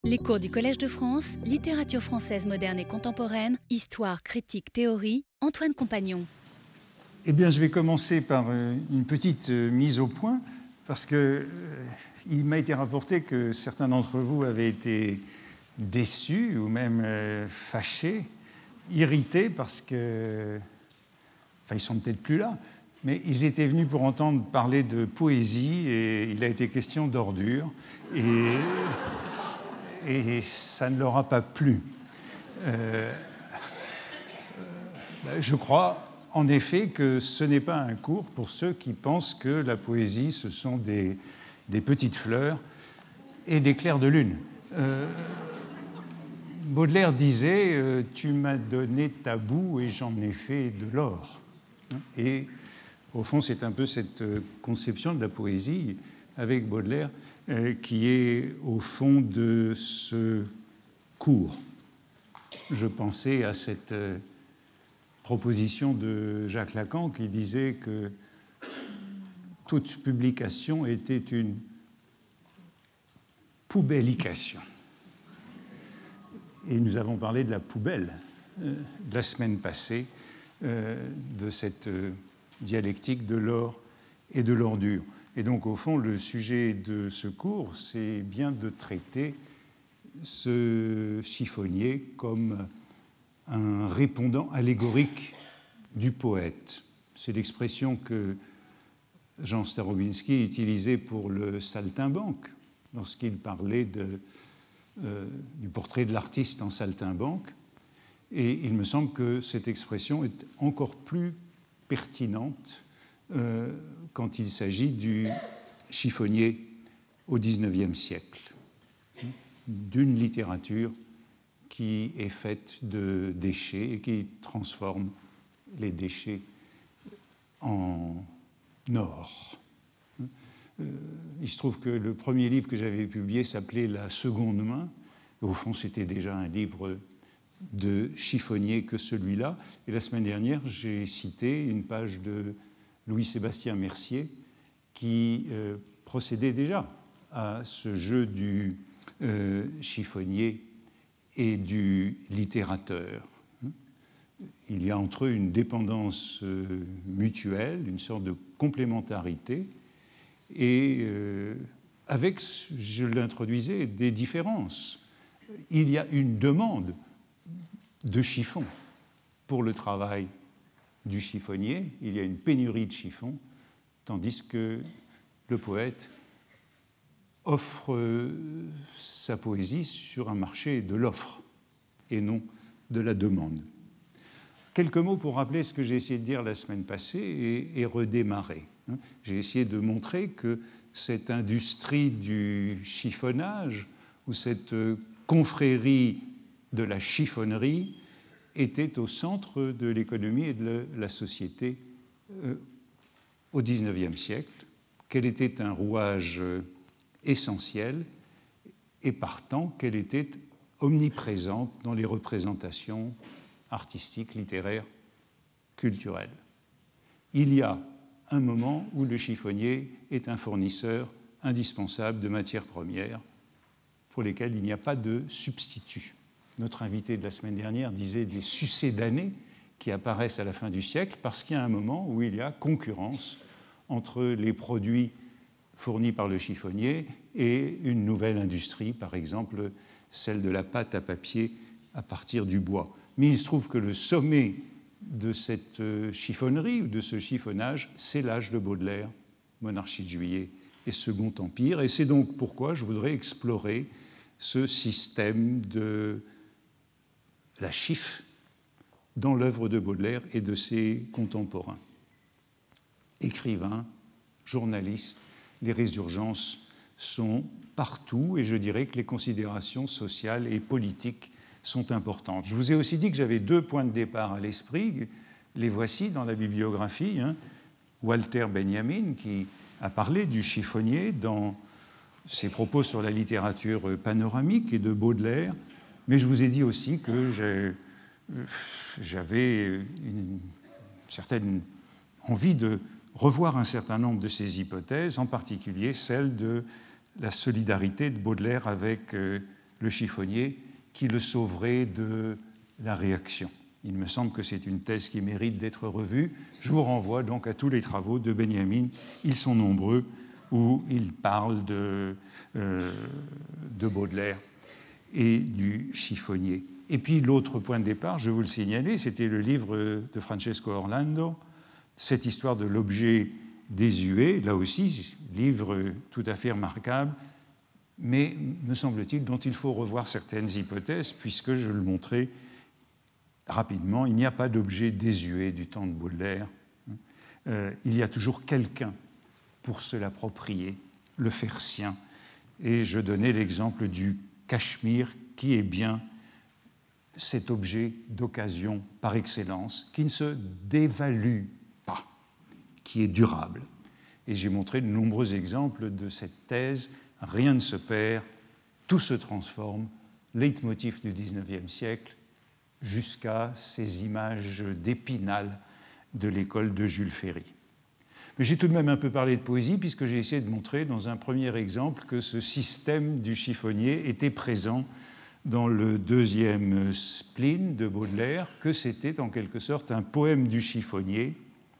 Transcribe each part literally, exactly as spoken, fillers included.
Les cours du Collège de France, littérature française moderne et contemporaine, histoire, critique, théorie, Antoine Compagnon. Eh bien, je vais commencer par une petite mise au point, parce qu'il euh, m'a été rapporté que certains d'entre vous avaient été déçus ou même euh, fâchés, irrités, parce que... Enfin, ils ne sont peut-être plus là, mais ils étaient venus pour entendre parler de poésie, et il a été question d'ordures, et... et ça ne leur a pas plu. Euh, euh, je crois, en effet, que ce n'est pas un cours pour ceux qui pensent que la poésie, ce sont des, des petites fleurs et des clairs de lune. Euh, Baudelaire disait euh, « Tu m'as donné ta boue et j'en ai fait de l'or ». Et au fond, c'est un peu cette conception de la poésie avec Baudelaire euh, qui est au fond de ce cours. Je pensais à cette euh, proposition de Jacques Lacan qui disait que toute publication était une poubellication. Et nous avons parlé de la poubelle euh, de la semaine passée, euh, de cette euh, dialectique de l'or et de l'ordure. Et donc, au fond, le sujet de ce cours, c'est bien de traiter ce chiffonnier comme un répondant allégorique du poète. C'est l'expression que Jean Starobinski utilisait pour le saltimbanque, lorsqu'il parlait de, euh, du portrait de l'artiste en saltimbanque. Et il me semble que cette expression est encore plus pertinente euh, quand il s'agit du chiffonnier au dix-neuvième siècle, d'une littérature qui est faite de déchets et qui transforme les déchets en or. Euh, il se trouve que le premier livre que j'avais publié s'appelait « La seconde main ». Au fond, c'était déjà un livre de chiffonnier que celui-là. Et la semaine dernière, j'ai cité une page de Louis-Sébastien Mercier qui euh, procédait déjà à ce jeu du euh, chiffonnier et du littérateur. Il y a entre eux une dépendance euh, mutuelle, une sorte de complémentarité, et euh, avec, je l'introduisais, des différences. Il y a une demande de chiffon pour le travail du chiffonnier, il y a une pénurie de chiffons, tandis que le poète offre euh, sa poésie sur un marché de l'offre et non de la demande. Quelques mots pour rappeler ce que j'ai essayé de dire la semaine passée et, et redémarrer. J'ai essayé de montrer que cette industrie du chiffonnage ou cette confrérie de la chiffonnerie était au centre de l'économie et de la société euh, au dix-neuvième siècle, qu'elle était un rouage essentiel et partant qu'elle était omniprésente dans les représentations artistiques, littéraires, culturelles. Il y a un moment où le chiffonnier est un fournisseur indispensable de matières premières pour lesquelles il n'y a pas de substitut. Notre invité de la semaine dernière disait des succédanés qui apparaissent à la fin du siècle parce qu'il y a un moment où il y a concurrence entre les produits fournis par le chiffonnier et une nouvelle industrie, par exemple celle de la pâte à papier à partir du bois. Mais il se trouve que le sommet de cette chiffonnerie ou de ce chiffonnage, c'est l'âge de Baudelaire, Monarchie de Juillet et Second Empire. Et c'est donc pourquoi je voudrais explorer ce système de la chiffre dans l'œuvre de Baudelaire et de ses contemporains. Écrivains, journalistes, les résurgences sont partout et je dirais que les considérations sociales et politiques sont importantes. Je vous ai aussi dit que j'avais deux points de départ à l'esprit. Les voici dans la bibliographie. Hein. Walter Benjamin, qui a parlé du chiffonnier dans ses propos sur la littérature panoramique et de Baudelaire. Mais je vous ai dit aussi que j'avais une certaine envie de revoir un certain nombre de ces hypothèses, en particulier celle de la solidarité de Baudelaire avec le chiffonnier qui le sauverait de la réaction. Il me semble que c'est une thèse qui mérite d'être revue. Je vous renvoie donc à tous les travaux de Benjamin, ils sont nombreux, où il parle de, euh, de Baudelaire et du chiffonnier. Et puis l'autre point de départ, je vous le signalais, c'était le livre de Francesco Orlando, cette histoire de l'objet désuet, là aussi, livre tout à fait remarquable, mais, me semble-t-il, dont il faut revoir certaines hypothèses, puisque, je le montrais rapidement, il n'y a pas d'objet désuet du temps de Baudelaire. Euh, il y a toujours quelqu'un pour se l'approprier, le faire sien. Et je donnais l'exemple du Cachemire, qui est bien cet objet d'occasion par excellence, qui ne se dévalue pas, qui est durable. Et j'ai montré de nombreux exemples de cette thèse. Rien ne se perd, tout se transforme, leitmotiv du dix-neuvième siècle, jusqu'à ces images d'Épinal de l'école de Jules Ferry. Mais j'ai tout de même un peu parlé de poésie, puisque j'ai essayé de montrer dans un premier exemple que ce système du chiffonnier était présent dans le deuxième spleen de Baudelaire, que c'était en quelque sorte un poème du chiffonnier,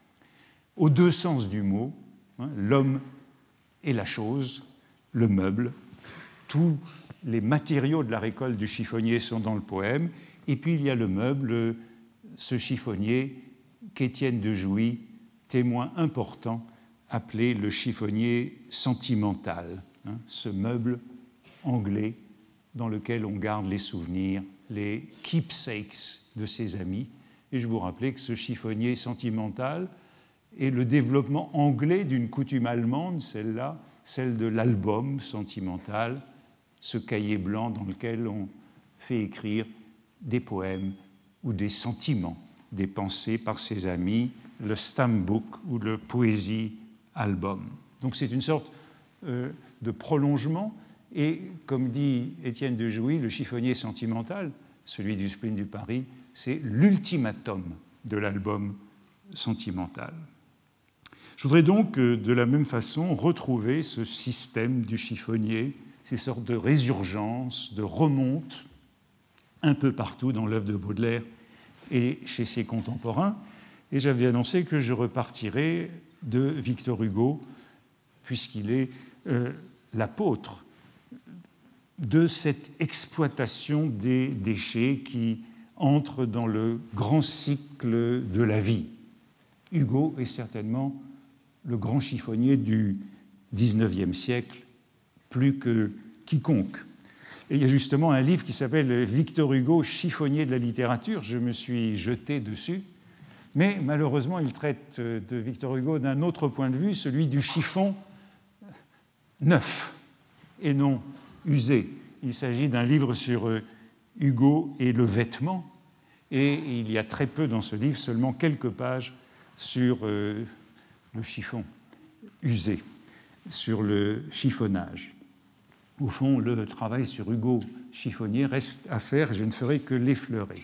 aux deux sens du mot, hein, l'homme et la chose, le meuble. Tous les matériaux de la récolte du chiffonnier sont dans le poème, et puis il y a le meuble, ce chiffonnier qu'Étienne de Jouy, témoin important, appelé le chiffonnier sentimental, hein, ce meuble anglais dans lequel on garde les souvenirs, les keepsakes de ses amis. Et je vous rappelais que ce chiffonnier sentimental est le développement anglais d'une coutume allemande, celle-là, celle de l'album sentimental, ce cahier blanc dans lequel on fait écrire des poèmes ou des sentiments, des pensées par ses amis, le Stambook ou le Poésie Album. Donc c'est une sorte euh, de prolongement, et comme dit Étienne de Jouy, le chiffonnier sentimental, celui du spleen du Paris, c'est l'ultimatum de l'album sentimental. Je voudrais donc, de la même façon, retrouver ce système du chiffonnier, ces sortes de résurgences, de remontes, un peu partout dans l'œuvre de Baudelaire et chez ses contemporains. Et j'avais annoncé que je repartirais de Victor Hugo, puisqu'il est euh, l'apôtre de cette exploitation des déchets qui entrent dans le grand cycle de la vie. Hugo est certainement le grand chiffonnier du dix-neuvième siècle, plus que quiconque. Et il y a justement un livre qui s'appelle « Victor Hugo, chiffonnier de la littérature ». Je me suis jeté dessus, mais malheureusement, il traite de Victor Hugo d'un autre point de vue, celui du chiffon neuf et non usé. Il s'agit d'un livre sur Hugo et le vêtement, et il y a très peu dans ce livre, seulement quelques pages sur euh, le chiffon usé, sur le chiffonnage. Au fond, le travail sur Hugo chiffonnier reste à faire et je ne ferai que l'effleurer.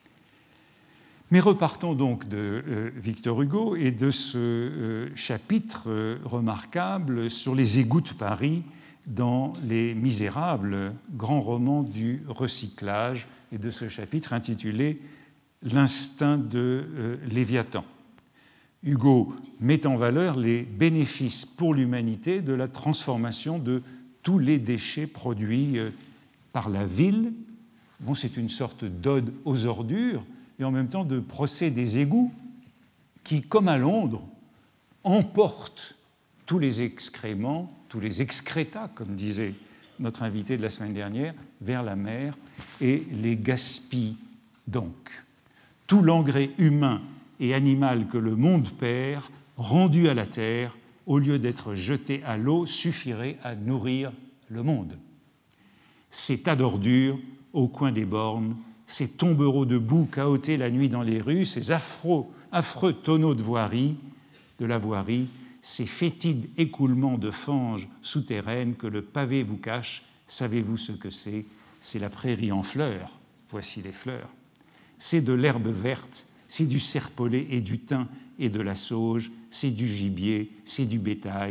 Mais repartons donc de euh, Victor Hugo et de ce euh, chapitre euh, remarquable sur les égouts de Paris dans Les Misérables, grand roman du recyclage, et de ce chapitre intitulé « L'instinct de euh, Léviathan ». Hugo met en valeur les bénéfices pour l'humanité de la transformation de tous les déchets produits par la ville. Bon, c'est une sorte d'ode aux ordures et en même temps de procès des égouts qui, comme à Londres, emportent tous les excréments, tous les excrétas, comme disait notre invité de la semaine dernière, vers la mer et les gaspillent donc. Tout l'engrais humain et animal que le monde perd, rendu à la terre, au lieu d'être jeté à l'eau, suffirait à nourrir le monde. Ces tas d'ordures au coin des bornes, ces tombereaux de boue cahotés la nuit dans les rues, ces affreux, affreux tonneaux de voirie, de la voirie, ces fétides écoulements de fange souterraine que le pavé vous cache, savez-vous ce que c'est? C'est la prairie en fleurs, voici les fleurs. C'est de l'herbe verte, c'est du serpolet et du thym et de la sauge, c'est du gibier, c'est du bétail,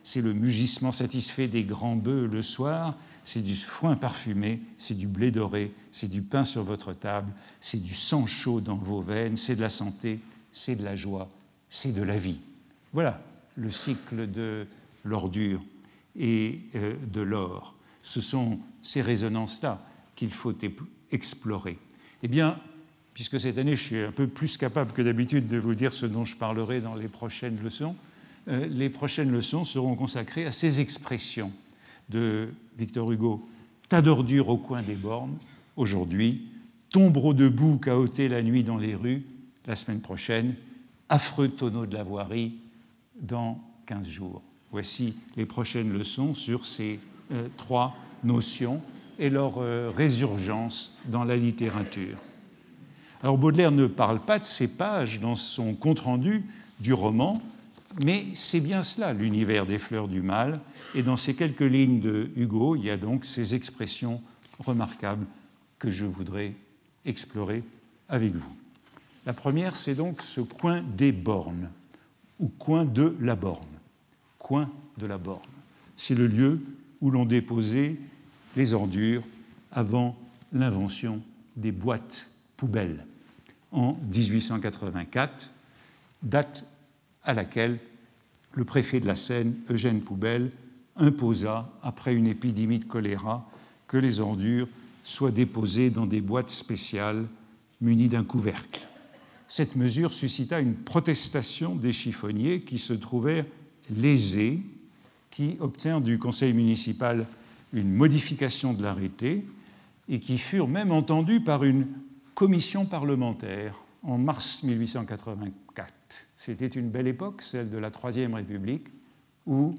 c'est le mugissement satisfait des grands bœufs le soir, c'est du foin parfumé, c'est du blé doré, c'est du pain sur votre table, c'est du sang chaud dans vos veines, c'est de la santé, c'est de la joie, c'est de la vie. Voilà le cycle de l'ordure et euh, de l'or. Ce sont ces résonances-là qu'il faut explorer. Eh bien, puisque cette année, je suis un peu plus capable que d'habitude de vous dire ce dont je parlerai dans les prochaines leçons, euh, les prochaines leçons seront consacrées à ces expressions de Victor Hugo. Tas d'ordures au coin des bornes, aujourd'hui, tombereau de boue qu'a ôté la nuit dans les rues, la semaine prochaine, affreux tonneau de la voirie, dans quinze jours. Voici les prochaines leçons sur ces euh, trois notions et leur euh, résurgence dans la littérature. Alors Baudelaire ne parle pas de ces pages dans son compte-rendu du roman, mais c'est bien cela, l'univers des fleurs du mal, et dans ces quelques lignes de Hugo, il y a donc ces expressions remarquables que je voudrais explorer avec vous. La première, c'est donc ce coin des bornes, ou coin de la borne. Coin de la borne. C'est le lieu où l'on déposait les ordures avant l'invention des boîtes poubelles en dix-huit cent quatre-vingt-quatre, date à laquelle le préfet de la Seine, Eugène Poubelle, imposa, après une épidémie de choléra, que les ordures soient déposées dans des boîtes spéciales munies d'un couvercle. Cette mesure suscita une protestation des chiffonniers qui se trouvèrent lésés, qui obtinrent du conseil municipal une modification de l'arrêté et qui furent même entendus par une commission parlementaire en mars mille huit cent quatre-vingt-quatre. C'était une belle époque, celle de la Troisième République, où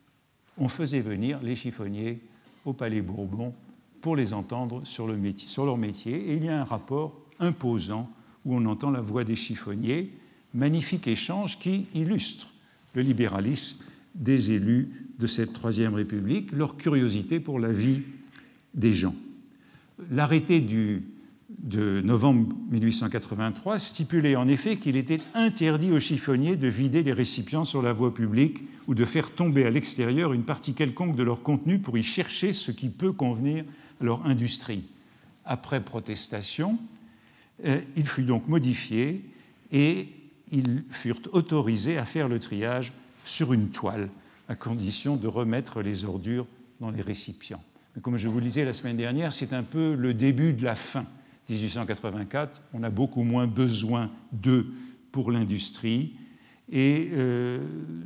on faisait venir les chiffonniers au Palais Bourbon pour les entendre sur, le métier, sur leur métier. Et il y a un rapport imposant où on entend la voix des chiffonniers, magnifique échange qui illustre le libéralisme des élus de cette Troisième République, leur curiosité pour la vie des gens. L'arrêté du, de novembre mille huit cent quatre-vingt-trois stipulait en effet qu'il était interdit aux chiffonniers de vider les récipients sur la voie publique ou de faire tomber à l'extérieur une partie quelconque de leur contenu pour y chercher ce qui peut convenir à leur industrie. Après protestation, euh, il fut donc modifié et ils furent autorisés à faire le triage sur une toile, à condition de remettre les ordures dans les récipients. Mais comme je vous le disais la semaine dernière, c'est un peu le début de la fin. dix-huit cent quatre-vingt-quatre, on a beaucoup moins besoin d'eux pour l'industrie, et euh,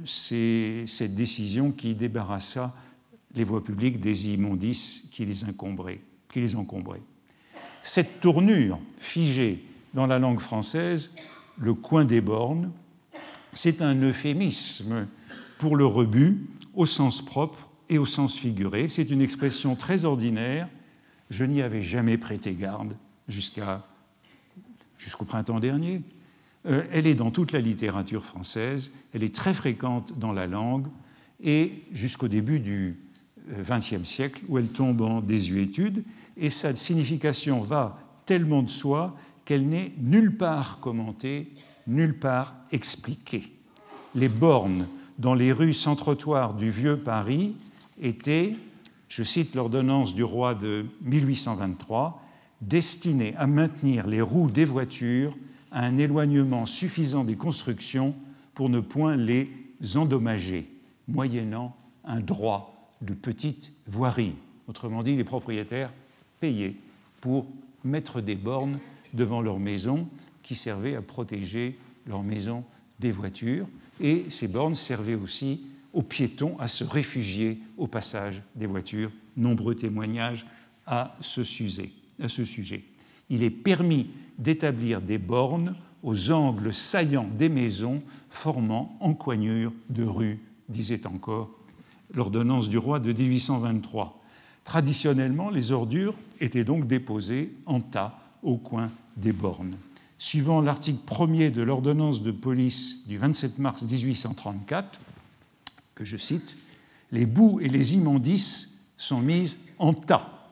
c'est cette décision qui débarrassa les voies publiques des immondices qui les encombraient. Qui les encombraient. Cette tournure figée dans la langue française, le coin des bornes, c'est un euphémisme pour le rebut au sens propre et au sens figuré. C'est une expression très ordinaire. Je n'y avais jamais prêté garde jusqu'à, jusqu'au printemps dernier. Euh, elle est dans toute la littérature française, elle est très fréquente dans la langue, et jusqu'au début du vingtième siècle, où elle tombe en désuétude, et sa signification va tellement de soi qu'elle n'est nulle part commentée, nulle part expliquée. Les bornes dans les rues sans trottoir du vieux Paris étaient, je cite l'ordonnance du roi de mille huit cent vingt-trois, destinées à maintenir les roues des voitures à un éloignement suffisant des constructions pour ne point les endommager, moyennant un droit de petite voirie. Autrement dit, les propriétaires payaient pour mettre des bornes devant leur maison qui servaient à protéger leur maison des voitures. Et ces bornes servaient aussi aux piétons à se réfugier au passage des voitures. Nombreux témoignages à ce sujet. À ce sujet. Il est permis d'établir des bornes aux angles saillants des maisons formant encoignure de rue, disait encore l'ordonnance du roi de dix-huit cent vingt-trois. Traditionnellement, les ordures étaient donc déposées en tas au coin des bornes. Suivant l'article premier de l'ordonnance de police du vingt-sept mars dix-huit cent trente-quatre, que je cite, « Les boues et les immondices sont mises en tas.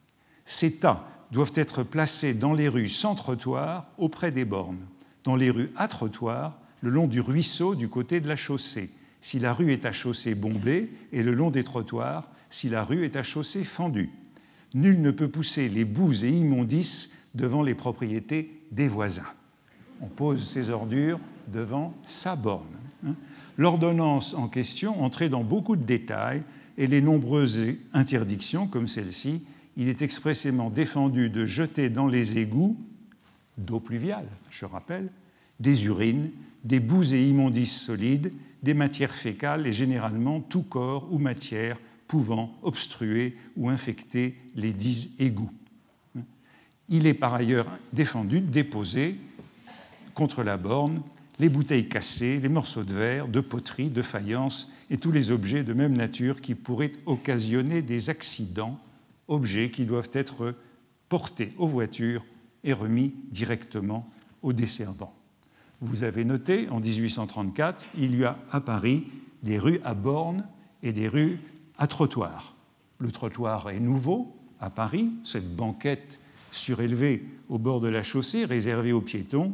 Ces tas doivent être placés dans les rues sans trottoir auprès des bornes, dans les rues à trottoir le long du ruisseau du côté de la chaussée si la rue est à chaussée bombée et le long des trottoirs si la rue est à chaussée fendue. Nul ne peut pousser les boues et immondices devant les propriétés des voisins. On pose ses ordures devant sa borne. L'ordonnance en question entrait dans beaucoup de détails et les nombreuses interdictions, comme celle-ci, il est expressément défendu de jeter dans les égouts d'eau pluviale, je rappelle, des urines, des boues et immondices solides, des matières fécales et généralement tout corps ou matière pouvant obstruer ou infecter les dits égouts. Il est par ailleurs défendu de déposer contre la borne les bouteilles cassées, les morceaux de verre, de poterie, de faïence et tous les objets de même nature qui pourraient occasionner des accidents, objets qui doivent être portés aux voitures et remis directement aux desservants. Vous avez noté, en dix-huit cent trente-quatre, il y a à Paris des rues à bornes et des rues à trottoirs. Le trottoir est nouveau à Paris, cette banquette surélevée au bord de la chaussée, réservée aux piétons.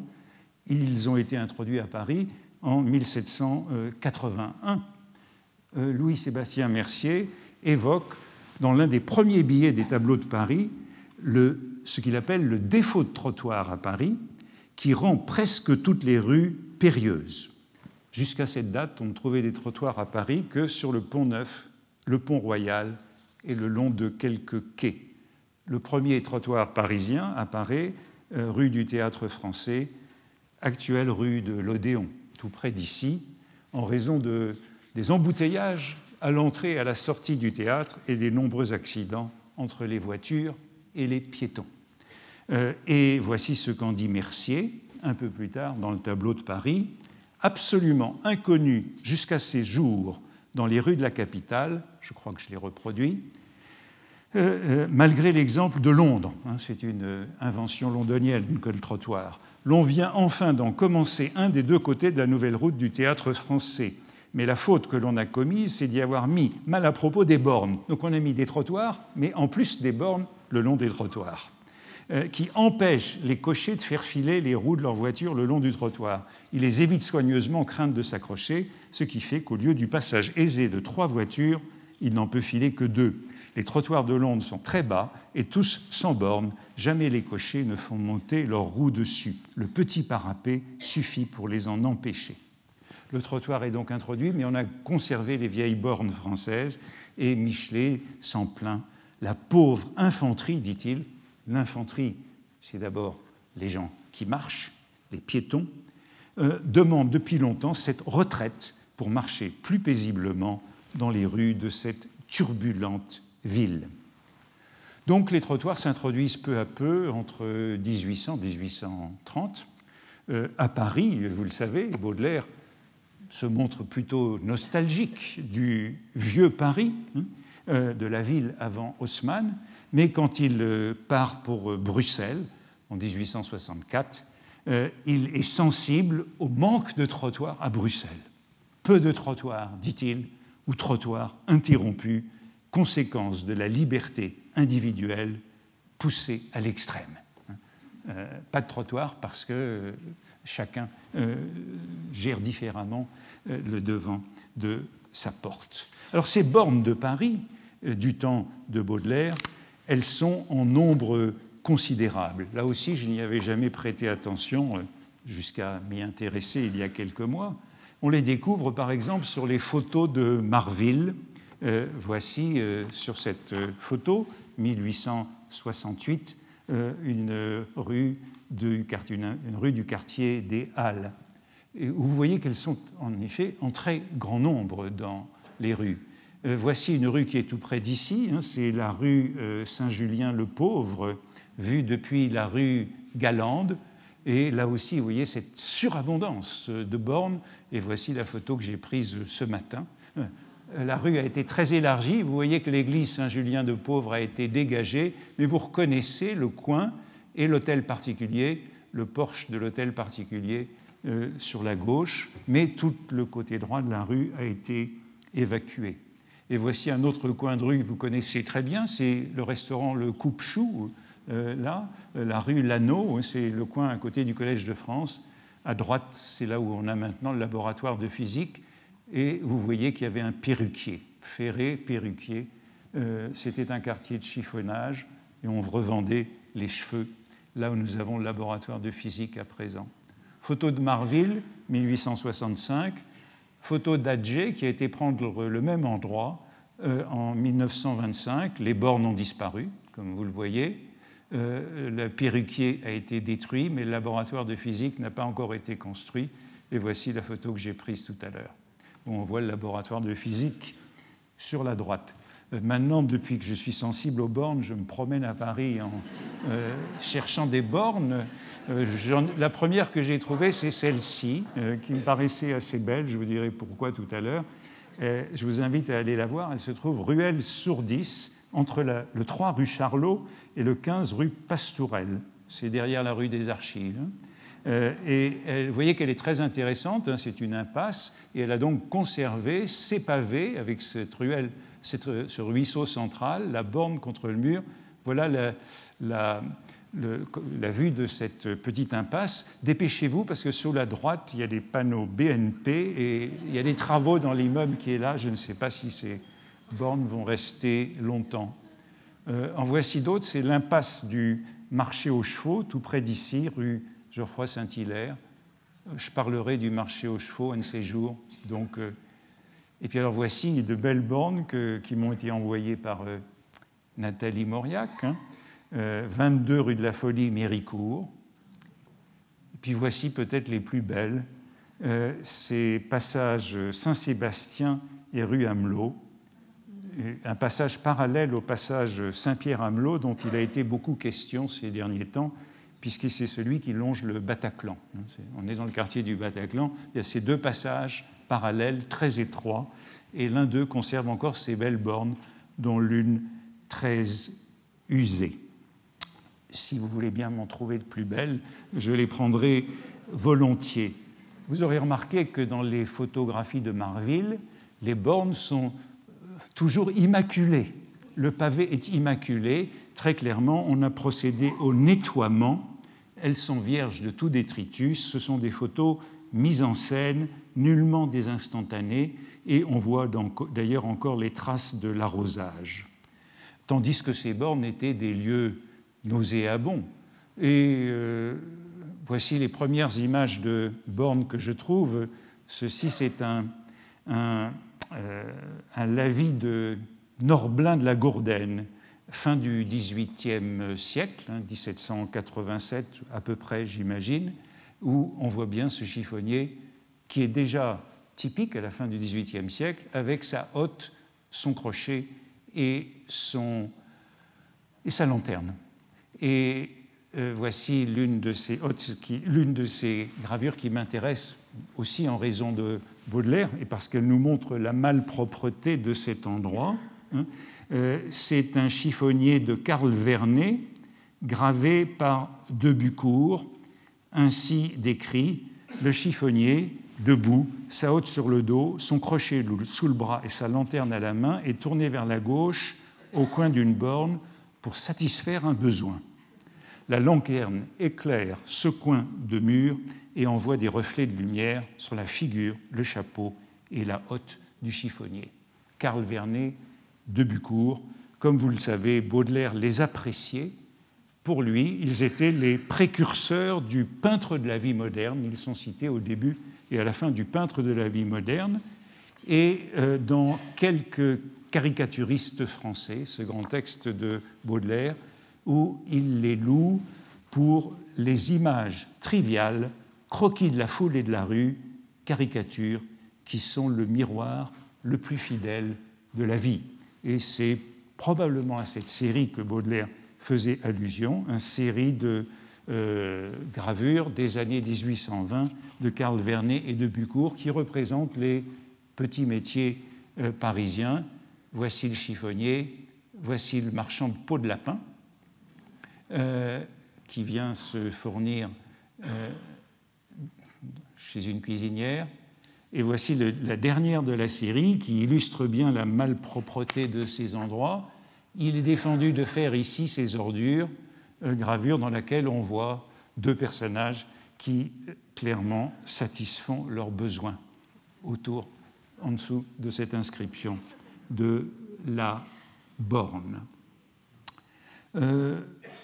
Ils ont été introduits à Paris en mille sept cent quatre-vingt-un. Euh, Louis-Sébastien Mercier évoque, dans l'un des premiers billets des tableaux de Paris, le, ce qu'il appelle le défaut de trottoir à Paris, qui rend presque toutes les rues périlleuses. Jusqu'à cette date, on ne trouvait des trottoirs à Paris que sur le pont Neuf, le pont Royal et le long de quelques quais. Le premier trottoir parisien apparaît euh, rue du Théâtre Français, actuelle rue de l'Odéon, tout près d'ici, en raison de, des embouteillages à l'entrée et à la sortie du théâtre et des nombreux accidents entre les voitures et les piétons. Euh, et voici ce qu'en dit Mercier, un peu plus tard dans le tableau de Paris, absolument inconnu jusqu'à ces jours dans les rues de la capitale, je crois que je l'ai reproduit, euh, euh, malgré l'exemple de Londres, hein, c'est une euh, invention londonienne que le trottoir. L'on vient enfin d'en commencer un des deux côtés de la nouvelle route du Théâtre Français. Mais la faute que l'on a commise, c'est d'y avoir mis mal à propos des bornes. Donc on a mis des trottoirs, mais en plus des bornes le long des trottoirs, euh, qui empêchent les cochers de faire filer les roues de leur voiture le long du trottoir. Ils les évitent soigneusement, crainte de s'accrocher, ce qui fait qu'au lieu du passage aisé de trois voitures, il n'en peut filer que deux. Les trottoirs de Londres sont très bas et tous sans bornes. Jamais les cochers ne font monter leurs roues dessus. Le petit parapet suffit pour les en empêcher. Le trottoir est donc introduit, mais on a conservé les vieilles bornes françaises et Michelet s'en plaint. La pauvre infanterie, dit-il, l'infanterie, c'est d'abord les gens qui marchent, les piétons, euh, demande depuis longtemps cette retraite pour marcher plus paisiblement dans les rues de cette turbulente ville. Donc les trottoirs s'introduisent peu à peu entre dix-huit cents et dix-huit cent trente. Euh, à Paris, vous le savez, Baudelaire se montre plutôt nostalgique du vieux Paris, hein, euh, de la ville avant Haussmann, mais quand il euh, part pour euh, Bruxelles, en dix-huit cent soixante-quatre, euh, il est sensible au manque de trottoirs à Bruxelles. Peu de trottoirs, dit-il, ou trottoirs interrompus, conséquence de la liberté individuelle poussée à l'extrême. Euh, pas de trottoir parce que euh, chacun euh, gère différemment euh, le devant de sa porte. Alors ces bornes de Paris, euh, du temps de Baudelaire, elles sont en nombre considérable. Là aussi, je n'y avais jamais prêté attention euh, jusqu'à m'y intéresser il y a quelques mois. On les découvre par exemple sur les photos de Marville. Euh, voici euh, sur cette euh, photo, mille huit cent soixante-huit, euh, une, rue du quartier, une, une rue du quartier des Halles. Et vous voyez qu'elles sont en effet en très grand nombre dans les rues. Euh, voici une rue qui est tout près d'ici, hein, c'est la rue euh, Saint-Julien-le-Pauvre, vue depuis la rue Galande. Et là aussi, vous voyez cette surabondance de bornes. Et voici la photo que j'ai prise ce matin. La rue a été très élargie. Vous voyez que l'église Saint-Julien-de-Pauvre a été dégagée, mais vous reconnaissez le coin et l'hôtel particulier, le porche de l'hôtel particulier euh, sur la gauche, mais tout le côté droit de la rue a été évacué. Et voici un autre coin de rue que vous connaissez très bien, c'est le restaurant Le Coupe-Chou, euh, là, la rue Lanneau, c'est le coin à côté du Collège de France. À droite, c'est là où on a maintenant le laboratoire de physique. et vous voyez qu'il y avait un perruquier, ferré, perruquier. Euh, c'était un quartier de chiffonnage, et on revendait les cheveux, là où nous avons le laboratoire de physique à présent. Photo de Marville, mille huit cent soixante-cinq, photo d'Adjé, qui a été prendre le même endroit euh, en mille neuf cent vingt-cinq. Les bornes ont disparu, comme vous le voyez. Euh, le perruquier a été détruit, mais le laboratoire de physique n'a pas encore été construit. Et voici la photo que j'ai prise tout à l'heure, où on voit le laboratoire de physique sur la droite. Euh, maintenant, depuis que je suis sensible aux bornes, je me promène à Paris en euh, cherchant des bornes. Euh, la première que j'ai trouvée, c'est celle-ci, euh, qui me paraissait assez belle. Je vous dirai pourquoi tout à l'heure. Euh, je vous invite à aller la voir. Elle se trouve ruelle Sourdis, entre la, le trois rue Charlot et le quinze rue Pastourelle. C'est derrière la rue des Archives. Euh, et elle, vous voyez qu'elle est très intéressante, hein, c'est une impasse, et elle a donc conservé ses pavés avec cette ruelle, cette, ce ruisseau central, la borne contre le mur. Voilà la, la, le, la vue de cette petite impasse. Dépêchez-vous, parce que sur la droite, il y a des panneaux B N P et il y a des travaux dans l'immeuble qui est là. Je ne sais pas si ces bornes vont rester longtemps. Euh, en voici d'autres, c'est l'impasse du marché aux chevaux, tout près d'ici, rue Geoffroy Saint-Hilaire. Je parlerai du marché aux chevaux un de ces jours. Donc, euh, et puis alors voici de belles bornes que, qui m'ont été envoyées par euh, Nathalie Mauriac, hein, euh, vingt-deux rue de la Folie, Méricourt. Et puis voici peut-être les plus belles, euh, ces passages Saint-Sébastien et rue Amelot, un passage parallèle au passage Saint-Pierre-Amelot dont il a été beaucoup question ces derniers temps, puisque c'est celui qui longe le Bataclan. On est dans le quartier du Bataclan, il y a ces deux passages parallèles très étroits, et l'un d'eux conserve encore ces belles bornes, dont l'une très usée. Si vous voulez bien m'en trouver de plus belles, je les prendrai volontiers. Vous aurez remarqué que dans les photographies de Marville, les bornes sont toujours immaculées. Le pavé est immaculé. Très clairement, on a procédé au nettoiement. Elles sont vierges de tout détritus. Ce sont des photos mises en scène, nullement des instantanées, et on voit d'ailleurs encore les traces de l'arrosage. Tandis que ces bornes étaient des lieux nauséabonds. Et euh, voici les premières images de bornes que je trouve. Ceci, c'est un, un, euh, un lavis de Norblin de la Gourdaine, fin du dix-huitième siècle, hein, dix-sept cent quatre-vingt-sept à peu près, j'imagine, où on voit bien ce chiffonnier qui est déjà typique à la fin du dix-huitième siècle, avec sa hotte, son crochet et, son, et sa lanterne. Et euh, voici l'une de ces hottes, qui, l'une de ces gravures qui m'intéresse aussi en raison de Baudelaire et parce qu'elle nous montre la malpropreté de cet endroit. Hein. Euh, c'est un chiffonnier de Carl Vernet, gravé par Debucourt, ainsi décrit: le chiffonnier, debout, sa hotte sur le dos, son crochet sous le bras et sa lanterne à la main, est tourné vers la gauche, au coin d'une borne, pour satisfaire un besoin. La lanterne éclaire ce coin de mur et envoie des reflets de lumière sur la figure, le chapeau et la hotte du chiffonnier. Carl Vernet, Debucourt. Comme vous le savez, Baudelaire les appréciait. Pour lui, ils étaient les précurseurs du peintre de la vie moderne. Ils sont cités au début et à la fin du peintre de la vie moderne. Et euh, dans quelques caricaturistes français, ce grand texte de Baudelaire, où il les loue pour les images triviales, croquis de la foule et de la rue, caricatures qui sont le miroir le plus fidèle de la vie. Et c'est probablement à cette série que Baudelaire faisait allusion, une série de euh, gravures des années dix-huit cent vingt de Carl Vernet et de Debucourt qui représentent les petits métiers euh, parisiens. Voici le chiffonnier, voici le marchand de peau de lapin euh, qui vient se fournir euh, chez une cuisinière. Et voici le, la dernière de la série qui illustre bien la malpropreté de ces endroits. Il est défendu de faire ici ces ordures, euh, gravure dans laquelle on voit deux personnages qui clairement satisfont leurs besoins autour, en dessous de cette inscription de la borne. Euh,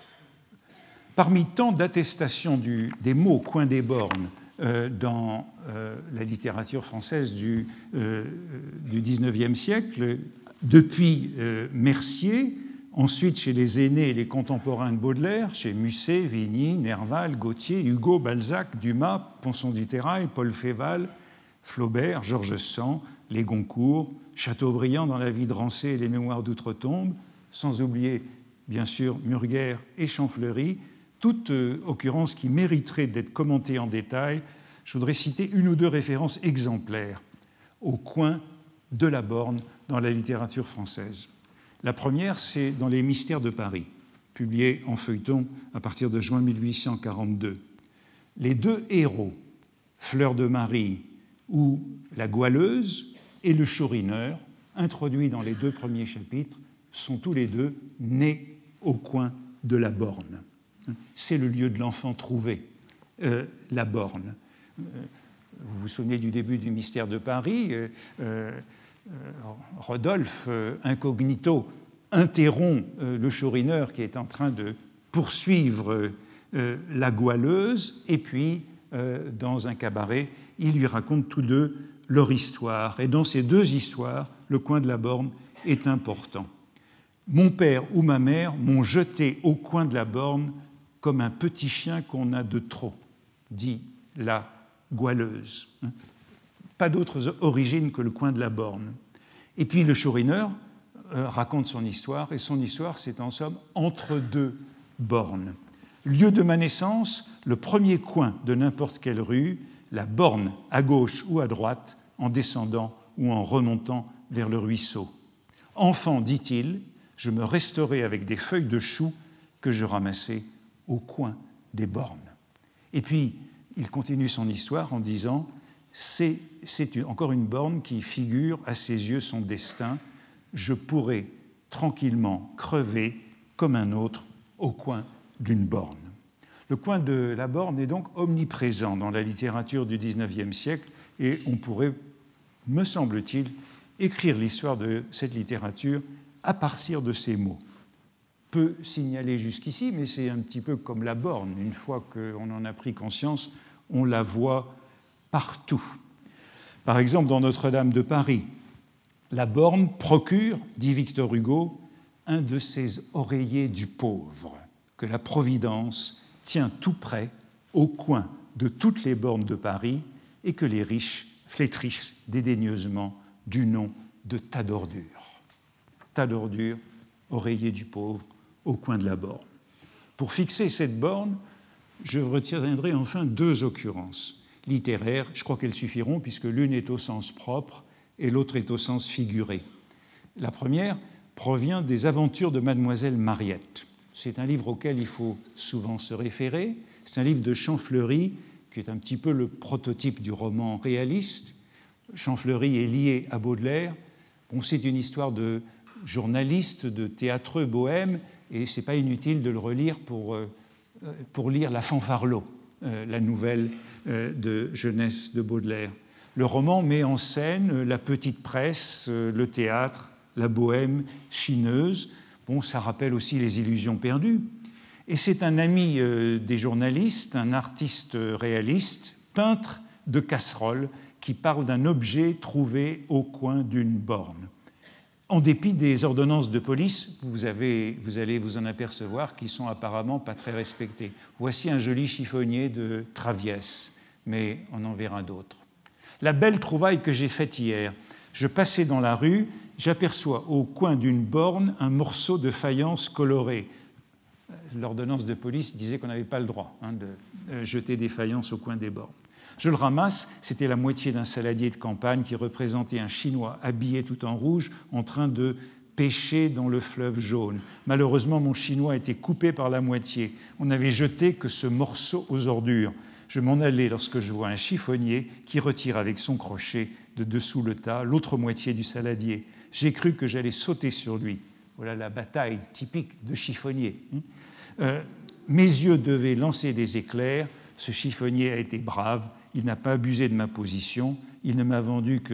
parmi tant d'attestations du, des mots coin des bornes euh, dans euh, la littérature française du, euh, du dix-neuvième siècle, depuis euh, Mercier, ensuite chez les aînés et les contemporains de Baudelaire, chez Musset, Vigny, Nerval, Gautier, Hugo, Balzac, Dumas, Ponson du Terrail, Paul Féval, Flaubert, Georges Sand, les Goncourt, Chateaubriand dans La vie de Rancé et les Mémoires d'outre-tombe, sans oublier bien sûr Murguère et Champfleury, toutes euh, occurrences qui mériteraient d'être commentées en détail. Je voudrais citer une ou deux références exemplaires au coin de la borne dans la littérature française. La première, c'est dans Les Mystères de Paris, publié en feuilleton à partir de juin mille huit cent quarante-deux. Les deux héros, Fleur de Marie ou la Goualeuse et le Chourineur, introduits dans les deux premiers chapitres, sont tous les deux nés au coin de la borne. C'est le lieu de l'enfant trouvé, euh, la borne. Euh, vous vous souvenez du début du Mystère de Paris, euh, euh, Rodolphe, euh, incognito, interrompt euh, le Chourineur qui est en train de poursuivre euh, la Goualeuse, et puis, euh, dans un cabaret, ils lui racontent tous deux leur histoire. Et dans ces deux histoires, le coin de la borne est important. Mon père ou ma mère m'ont jeté au coin de la borne comme un petit chien qu'on a de trop, dit la Goualeuse. Pas d'autres origines que le coin de la borne. Et puis le Chourineur euh, raconte son histoire, et son histoire, c'est en somme entre deux bornes. Lieu de ma naissance, le premier coin de n'importe quelle rue, la borne à gauche ou à droite, en descendant ou en remontant vers le ruisseau. Enfant, dit-il, je me restaurais avec des feuilles de chou que je ramassais au coin des bornes. Et puis, il continue son histoire en disant « C'est, c'est une, encore une borne qui figure à ses yeux son destin. Je pourrais tranquillement crever comme un autre au coin d'une borne. » Le coin de la borne est donc omniprésent dans la littérature du dix-neuvième siècle, et on pourrait, me semble-t-il, écrire l'histoire de cette littérature à partir de ces mots. Peu signalé jusqu'ici, mais c'est un petit peu comme la borne. Une fois qu'on en a pris conscience, on la voit partout. Par exemple, dans Notre-Dame de Paris, la borne procure, dit Victor Hugo, un de ces oreillers du pauvre que la Providence tient tout près, au coin de toutes les bornes de Paris, et que les riches flétrissent dédaigneusement du nom de tas d'ordures. Tas d'ordures, oreiller du pauvre, au coin de la borne. Pour fixer cette borne, je retiendrai enfin deux occurrences littéraires. Je crois qu'elles suffiront, puisque l'une est au sens propre et l'autre est au sens figuré. La première provient des Aventures de Mademoiselle Mariette. C'est un livre auquel il faut souvent se référer. C'est un livre de Champfleury, qui est un petit peu le prototype du roman réaliste. Champfleury est lié à Baudelaire. Bon, c'est une histoire de journaliste, de théâtreux bohème, et ce n'est pas inutile de le relire pour, euh, pour lire La Fanfarlot, euh, la nouvelle euh, de jeunesse de Baudelaire. Le roman met en scène la petite presse, euh, le théâtre, la bohème chineuse. Bon, ça rappelle aussi les illusions perdues. Et c'est un ami euh, des journalistes, un artiste réaliste, peintre de casseroles, qui parle d'un objet trouvé au coin d'une borne. En dépit des ordonnances de police, vous, avez, vous allez vous en apercevoir qui sont apparemment pas très respectées. Voici un joli chiffonnier de Traviès, mais on en verra d'autres. La belle trouvaille que j'ai faite hier, je passais dans la rue, j'aperçois au coin d'une borne un morceau de faïence colorée. L'ordonnance de police disait qu'on n'avait pas le droit hein, de jeter des faïences au coin des bornes. Je le ramasse, c'était la moitié d'un saladier de campagne qui représentait un Chinois habillé tout en rouge en train de pêcher dans le fleuve jaune. Malheureusement, mon Chinois était coupé par la moitié. On n'avait jeté que ce morceau aux ordures. Je m'en allais lorsque je vois un chiffonnier qui retire avec son crochet de dessous le tas l'autre moitié du saladier. J'ai cru que j'allais sauter sur lui. Voilà la bataille typique de chiffonnier. Euh, mes yeux devaient lancer des éclairs. Ce chiffonnier a été brave. Il n'a pas abusé de ma position. Il ne m'a vendu que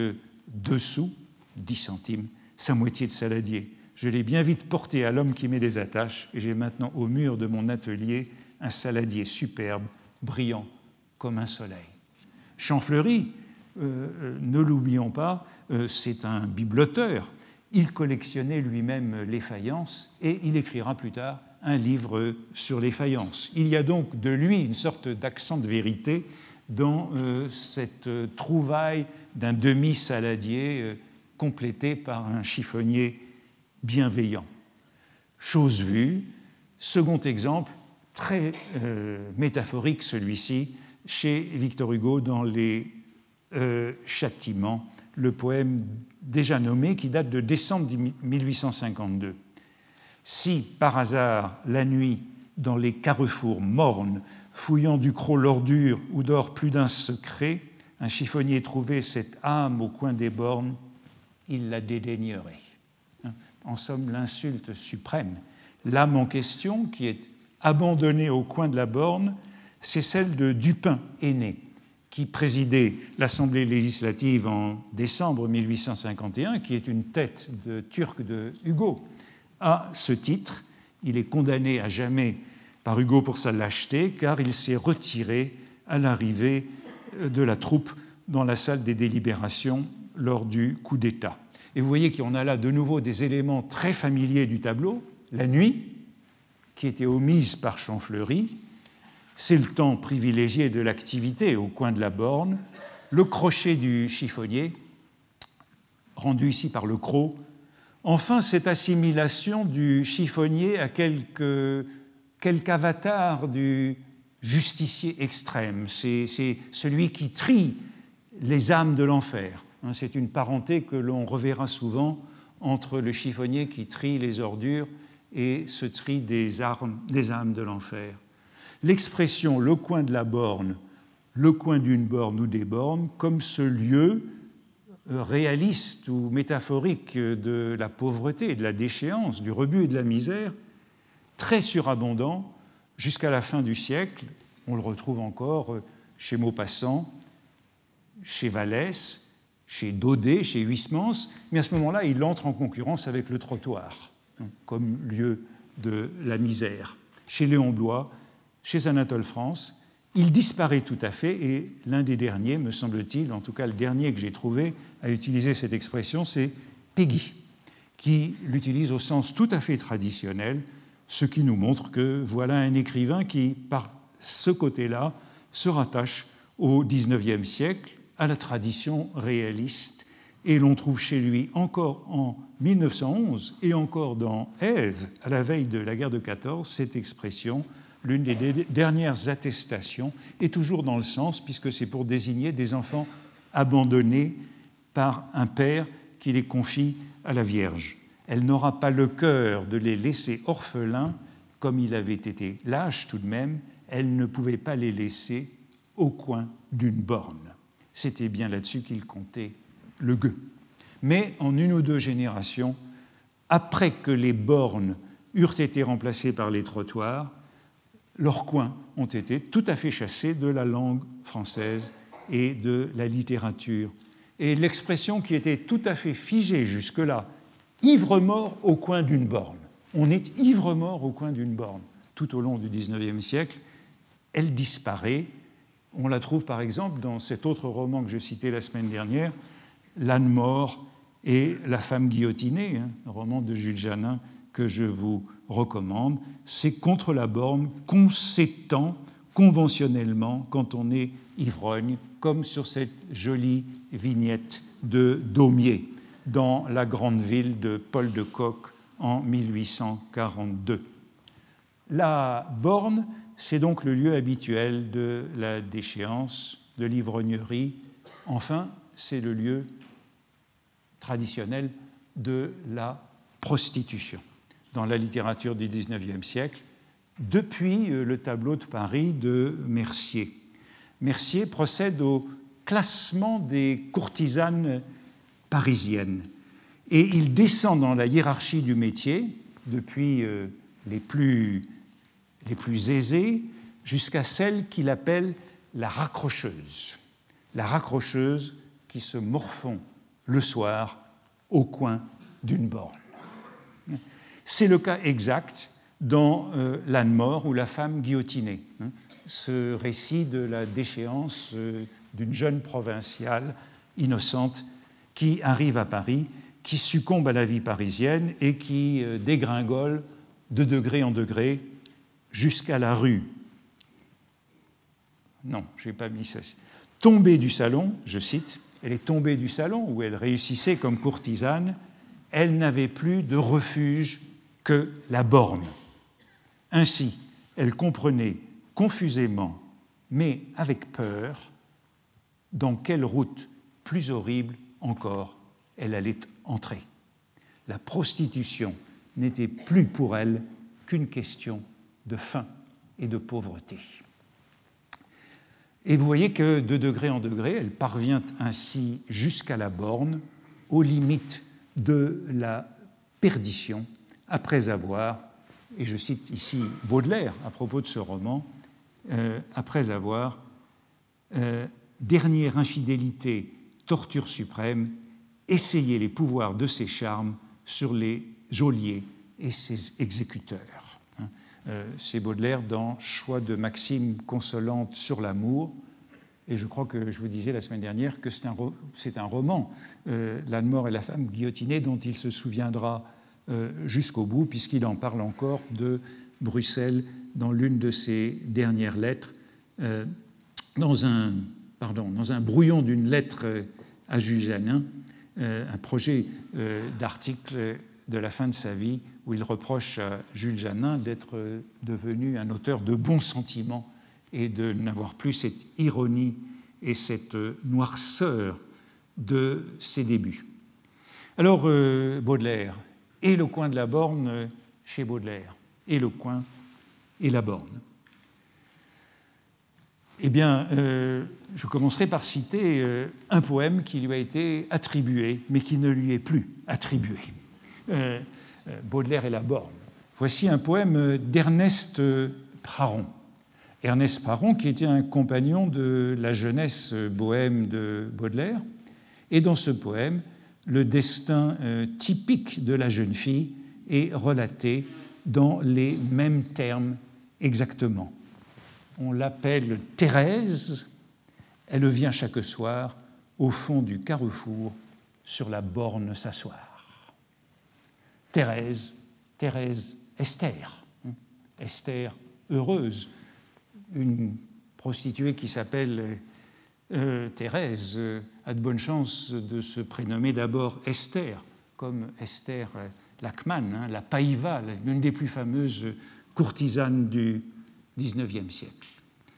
dessous, dix centimes, sa moitié de saladier. Je l'ai bien vite porté à l'homme qui met des attaches, et j'ai maintenant au mur de mon atelier un saladier superbe, brillant comme un soleil. Champfleury, euh, ne l'oublions pas, euh, c'est un bibloteur. Il collectionnait lui-même les faïences et il écrira plus tard un livre sur les faïences. Il y a donc de lui une sorte d'accent de vérité dans euh, cette euh, trouvaille d'un demi-saladier euh, complété par un chiffonnier bienveillant. Chose vue, second exemple, très euh, métaphorique celui-ci, chez Victor Hugo dans Les euh, Châtiments, le poème déjà nommé qui date de décembre mille huit cent cinquante-deux. Si, par hasard, la nuit, dans les carrefours mornes, fouillant du croc l'ordure où dort plus d'un secret, un chiffonnier trouvait cette âme au coin des bornes, il la dédaignerait. En somme, l'insulte suprême. L'âme en question, qui est abandonnée au coin de la borne, c'est celle de Dupin aîné, qui présidait l'Assemblée législative en décembre mille huit cent cinquante et un, qui est une tête de turc de Hugo. À ce titre, il est condamné à jamais par Hugo pour sa lâcheté, car il s'est retiré à l'arrivée de la troupe dans la salle des délibérations lors du coup d'État. Et vous voyez qu'on a là de nouveau des éléments très familiers du tableau. La nuit, qui était omise par Champfleury, c'est le temps privilégié de l'activité au coin de la borne, le crochet du chiffonnier, rendu ici par le croc, enfin cette assimilation du chiffonnier à quelque, quelque avatar du justicier extrême. C'est, c'est celui qui trie les âmes de l'enfer. C'est une parenté que l'on reverra souvent entre le chiffonnier qui trie les ordures et ce tri des, armes, des âmes de l'enfer. L'expression « le coin de la borne », le coin d'une borne ou des bornes, comme ce lieu réaliste ou métaphorique de la pauvreté, de la déchéance, du rebut et de la misère, très surabondant jusqu'à la fin du siècle. On le retrouve encore chez Maupassant, chez Vallès, chez Daudet, chez Huysmans, mais à ce moment-là, il entre en concurrence avec le trottoir comme lieu de la misère. Chez Léon Bloy, chez Anatole France, il disparaît tout à fait, et l'un des derniers, me semble-t-il, en tout cas le dernier que j'ai trouvé à utiliser cette expression, c'est Péguy, qui l'utilise au sens tout à fait traditionnel, ce qui nous montre que voilà un écrivain qui, par ce côté-là, se rattache au dix-neuvième siècle, à la tradition réaliste, et l'on trouve chez lui encore en mille neuf cent onze et encore dans Ève, à la veille de la guerre de quatorze, cette expression, l'une des dernières attestations, est toujours dans le sens, puisque c'est pour désigner des enfants abandonnés par un père qui les confie à la Vierge. Elle n'aura pas le cœur de les laisser orphelins, comme il avait été lâche tout de même, elle ne pouvait pas les laisser au coin d'une borne. C'était bien là-dessus qu'il comptait le gueux. Mais en une ou deux générations, après que les bornes eurent été remplacées par les trottoirs, leurs coins ont été tout à fait chassés de la langue française et de la littérature. Et l'expression qui était tout à fait figée jusque-là, ivre-mort au coin d'une borne, on est ivre-mort au coin d'une borne, tout au long du dix-neuvième siècle, elle disparaît. On la trouve par exemple dans cet autre roman que je citais la semaine dernière, L'âne mort et la femme guillotinée, hein, un roman de Jules Janin que je vous recommande. C'est contre la borne qu'on s'étend conventionnellement quand on est ivrogne, comme sur cette jolie vignette de Daumier dans La grande ville de Paul de Kock en mille huit cent quarante-deux. La borne, c'est donc le lieu habituel de la déchéance, de l'ivrognerie. Enfin, c'est le lieu traditionnel de la prostitution dans la littérature du dix-neuvième siècle, depuis le tableau de Paris de Mercier. Mercier procède au classement des courtisanes parisiennes et il descend dans la hiérarchie du métier, depuis les plus, les plus aisées jusqu'à celle qu'il appelle la raccrocheuse. La raccrocheuse qui se morfond le soir au coin d'une borne. C'est le cas exact dans euh, L'âne mort ou La femme guillotinée, hein, ce récit de la déchéance euh, d'une jeune provinciale innocente qui arrive à Paris, qui succombe à la vie parisienne et qui euh, dégringole de degré en degré jusqu'à la rue. Non, je n'ai pas mis ça. Tombée du salon, je cite, elle est tombée du salon où elle réussissait comme courtisane, elle n'avait plus de refuge que la borne. Ainsi, elle comprenait confusément, mais avec peur, dans quelle route plus horrible encore elle allait entrer. La prostitution n'était plus pour elle qu'une question de faim et de pauvreté. Et vous voyez que de degré en degré, elle parvient ainsi jusqu'à la borne, aux limites de la perdition, après avoir, et je cite ici Baudelaire à propos de ce roman, euh, après avoir, euh, dernière infidélité, torture suprême, essayé les pouvoirs de ses charmes sur les geôliers et ses exécuteurs. Hein. Euh, c'est Baudelaire dans Choix de maximes consolantes sur l'amour, et je crois que je vous disais la semaine dernière que c'est un, ro- c'est un roman, euh, L'âne mort et la femme guillotinée, dont il se souviendra euh, jusqu'au bout, puisqu'il en parle encore de Bruxelles dans l'une de ses dernières lettres, euh, dans, un, pardon, dans un brouillon d'une lettre à Jules Janin, euh, un projet euh, d'article de la fin de sa vie, où il reproche à Jules Janin d'être devenu un auteur de bons sentiments et de n'avoir plus cette ironie et cette noirceur de ses débuts. Alors, euh, Baudelaire, et le coin de la borne chez Baudelaire, et le coin et la borne. Eh bien, euh, je commencerai par citer euh, un poème qui lui a été attribué, mais qui ne lui est plus attribué. Euh, euh, Baudelaire et la borne. Voici un poème d'Ernest Praron. Ernest Praron, qui était un compagnon de la jeunesse bohème de Baudelaire. Et dans ce poème, le destin euh, typique de la jeune fille est relaté dans les mêmes termes exactement. On l'appelle Thérèse, elle vient chaque soir au fond du carrefour sur la borne s'asseoir. Thérèse, Thérèse, Esther, hein, Esther heureuse, une prostituée qui s'appelle euh, Thérèse euh, a de bonnes chances de se prénommer d'abord Esther, comme Esther euh, Lachmann, hein, la Païva, l'une des plus fameuses courtisanes du dix-neuvième siècle.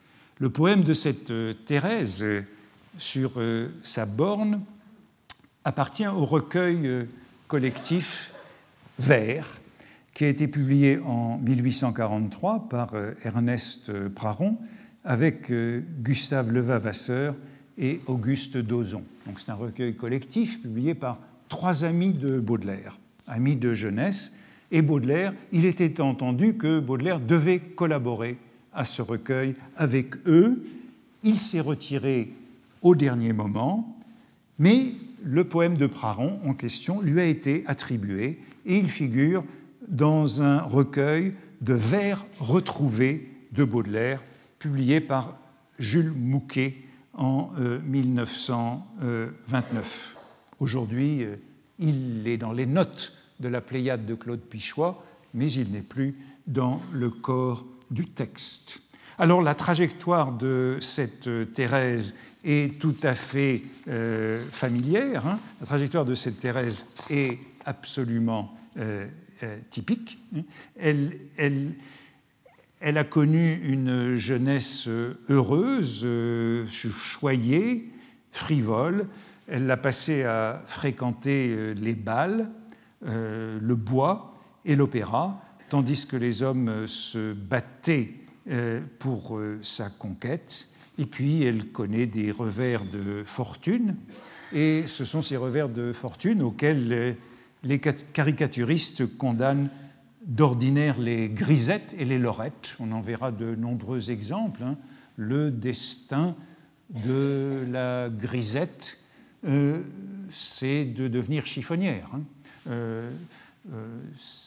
Le poème de cette euh, Thérèse euh, sur euh, sa borne appartient au recueil euh, collectif Vers, qui a été publié en mille huit cent quarante-trois par euh, Ernest Praron avec euh, Gustave Levavasseur et Auguste Dozon. Donc c'est un recueil collectif publié par trois amis de Baudelaire, amis de jeunesse, et Baudelaire, il était entendu que Baudelaire devait collaborer à ce recueil avec eux. Il s'est retiré au dernier moment, mais le poème de Praron en question lui a été attribué et il figure dans un recueil de vers retrouvés de Baudelaire, publié par Jules Mouquet en euh, mille neuf cent vingt-neuf. Aujourd'hui, euh, il est dans les notes de la Pléiade de Claude Pichois, mais il n'est plus dans le corps du texte. Alors la trajectoire de cette euh, Thérèse est tout à fait euh, familière. Hein. La trajectoire de cette Thérèse est absolument euh, euh, typique. Elle, elle, elle a connu une jeunesse heureuse, euh, choyée, frivole. Elle l'a passée à fréquenter euh, les bals, euh, le bois et l'opéra, tandis que les hommes se battaient euh, pour euh, sa conquête. Et puis, elle connaît des revers de fortune, et ce sont ces revers de fortune auxquels les, les caricaturistes condamnent d'ordinaire les grisettes et les lorettes. On en verra de nombreux exemples. Hein. Le destin de la grisette, euh, c'est de devenir chiffonnière. Hein. Euh, euh,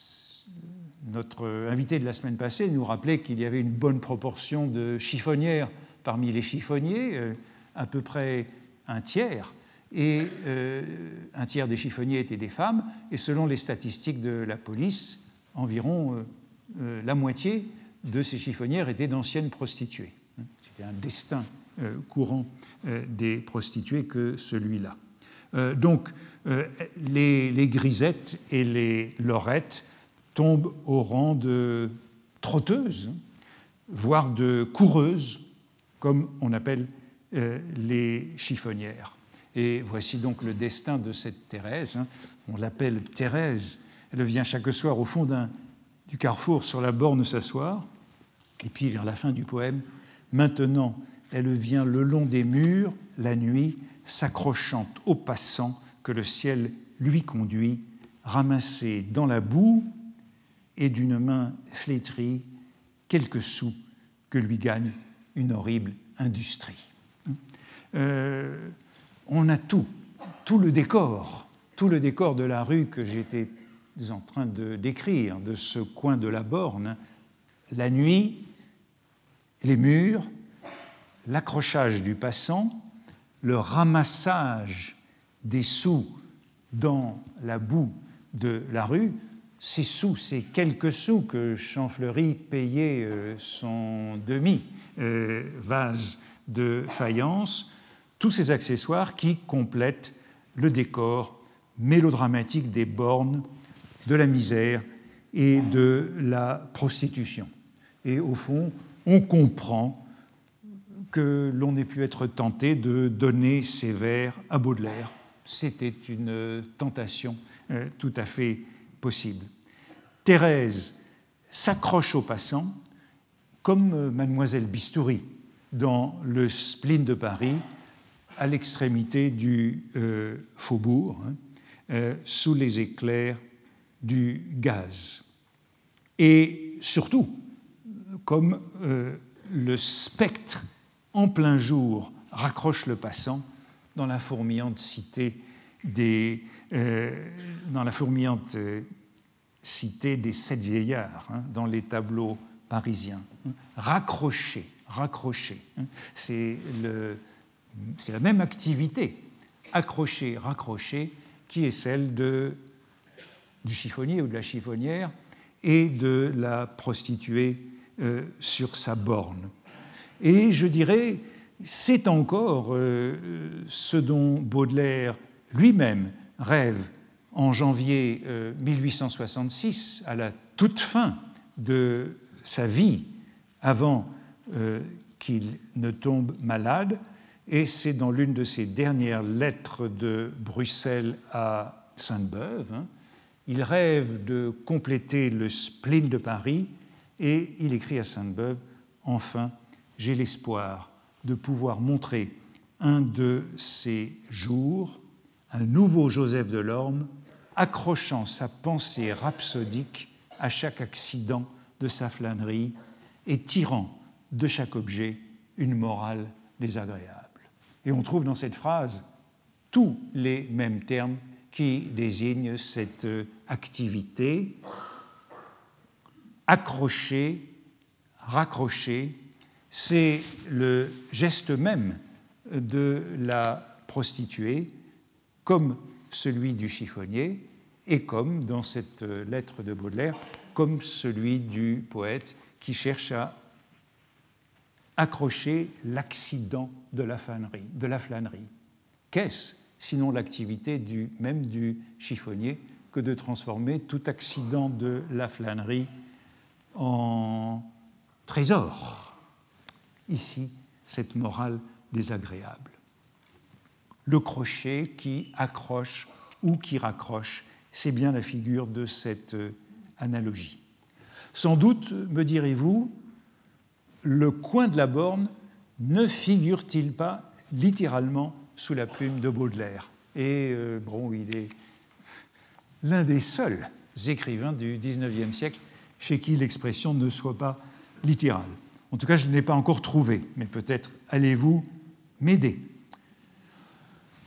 notre invité de la semaine passée nous rappelait qu'il y avait une bonne proportion de chiffonnières parmi les chiffonniers, euh, à peu près un tiers, et euh, un tiers des chiffonniers étaient des femmes, et selon les statistiques de la police, environ euh, euh, la moitié de ces chiffonnières étaient d'anciennes prostituées. C'était un destin euh, courant euh, des prostituées que celui-là. Euh, donc, euh, les, les grisettes et les lorettes tombent au rang de trotteuses, voire de coureuses, comme on appelle euh, les chiffonnières. Et voici donc le destin de cette Thérèse. Hein. On l'appelle Thérèse. Elle vient chaque soir au fond d'un, du carrefour sur la borne s'asseoir. Et puis, vers la fin du poème, maintenant, elle vient le long des murs, la nuit, s'accrochant aux passants que le ciel lui conduit, ramassée dans la boue et d'une main flétrie quelques sous que lui gagne une horrible industrie. Euh, on a tout, tout le décor, tout le décor de la rue que j'étais en train de décrire, de ce coin de la borne, la nuit, les murs, l'accrochage du passant, le ramassage des sous dans la boue de la rue. Ces sous, ces quelques sous que Champfleury payait euh, son demi-vase euh, de faïence, tous ces accessoires qui complètent le décor mélodramatique des bornes, de la misère et de la prostitution. Et au fond, on comprend que l'on ait pu être tenté de donner ces vers à Baudelaire. C'était une tentation euh, tout à fait possible. Thérèse s'accroche aux passants, comme mademoiselle Bistouri dans le spleen de Paris, à l'extrémité du euh, faubourg, hein, euh, sous les éclairs du gaz. Et surtout, comme euh, le spectre en plein jour raccroche le passant dans la fourmillante cité des, euh, dans la fourmillante euh, cité des sept vieillards, hein, dans les tableaux parisiens. Raccrocher, raccrocher. Hein, c'est, le, c'est la même activité, accrocher, raccrocher, qui est celle de, du chiffonnier ou de la chiffonnière et de la prostituée euh, sur sa borne. Et je dirais, c'est encore euh, ce dont Baudelaire lui-même rêve en janvier euh, mille huit cent soixante-six, à la toute fin de sa vie, avant euh, qu'il ne tombe malade, et c'est dans l'une de ses dernières lettres de Bruxelles à Sainte-Beuve. Hein, il rêve de compléter le spleen de Paris, et il écrit à Sainte-Beuve, « Enfin, j'ai l'espoir de pouvoir montrer un de ces jours, un nouveau Joseph Delorme, accrochant sa pensée rhapsodique à chaque accident de sa flânerie et tirant de chaque objet une morale désagréable. » Et on trouve dans cette phrase tous les mêmes termes qui désignent cette activité. Accrocher, raccrocher, c'est le geste même de la prostituée, comme celui du chiffonnier, et comme, dans cette lettre de Baudelaire, comme celui du poète qui cherche à accrocher l'accident de la flânerie. De la flânerie. Qu'est-ce, sinon l'activité du, même du chiffonnier, que de transformer tout accident de la flânerie en trésor? Ici, cette morale désagréable. Le crochet qui accroche ou qui raccroche, c'est bien la figure de cette analogie. Sans doute, me direz-vous, le coin de la borne ne figure-t-il pas littéralement sous la plume de Baudelaire? Et euh, bon, il est l'un des seuls écrivains du dix-neuvième siècle chez qui l'expression ne soit pas littérale. En tout cas, je ne l'ai pas encore trouvé, mais peut-être allez-vous m'aider.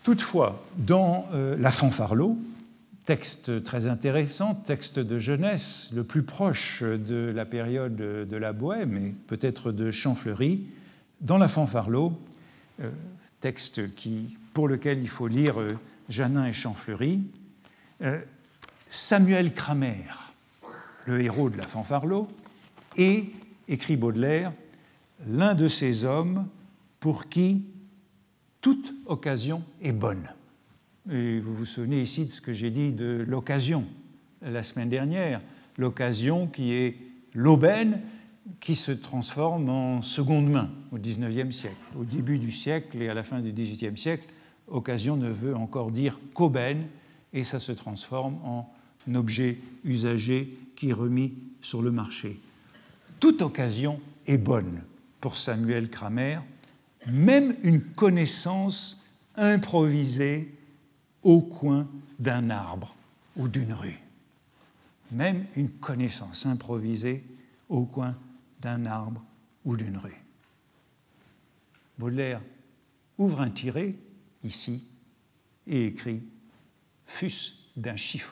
Toutefois, dans euh, La Fanfarlot, texte très intéressant, texte de jeunesse, le plus proche de la période de la Bohème et peut-être de Champfleury, dans La Fanfarlot, euh, texte qui, pour lequel il faut lire euh, Janin et Champfleury, euh, Samuel Kramer, le héros de La Fanfarlot, et, écrit Baudelaire, l'un de ces hommes pour qui toute occasion est bonne. Et vous vous souvenez ici de ce que j'ai dit de l'occasion la semaine dernière, l'occasion qui est l'aubaine qui se transforme en seconde main au dix-neuvième siècle. Au début du siècle et à la fin du dix-huitième siècle, occasion ne veut encore dire qu'aubaine, et ça se transforme en objet usagé qui est remis sur le marché. Toute occasion est bonne pour Samuel Kramer, même une connaissance improvisée au coin d'un arbre ou d'une rue. Même une connaissance improvisée au coin d'un arbre ou d'une rue. Baudelaire ouvre un tiret, ici, et écrit « Fût-ce d'un chiffonnier »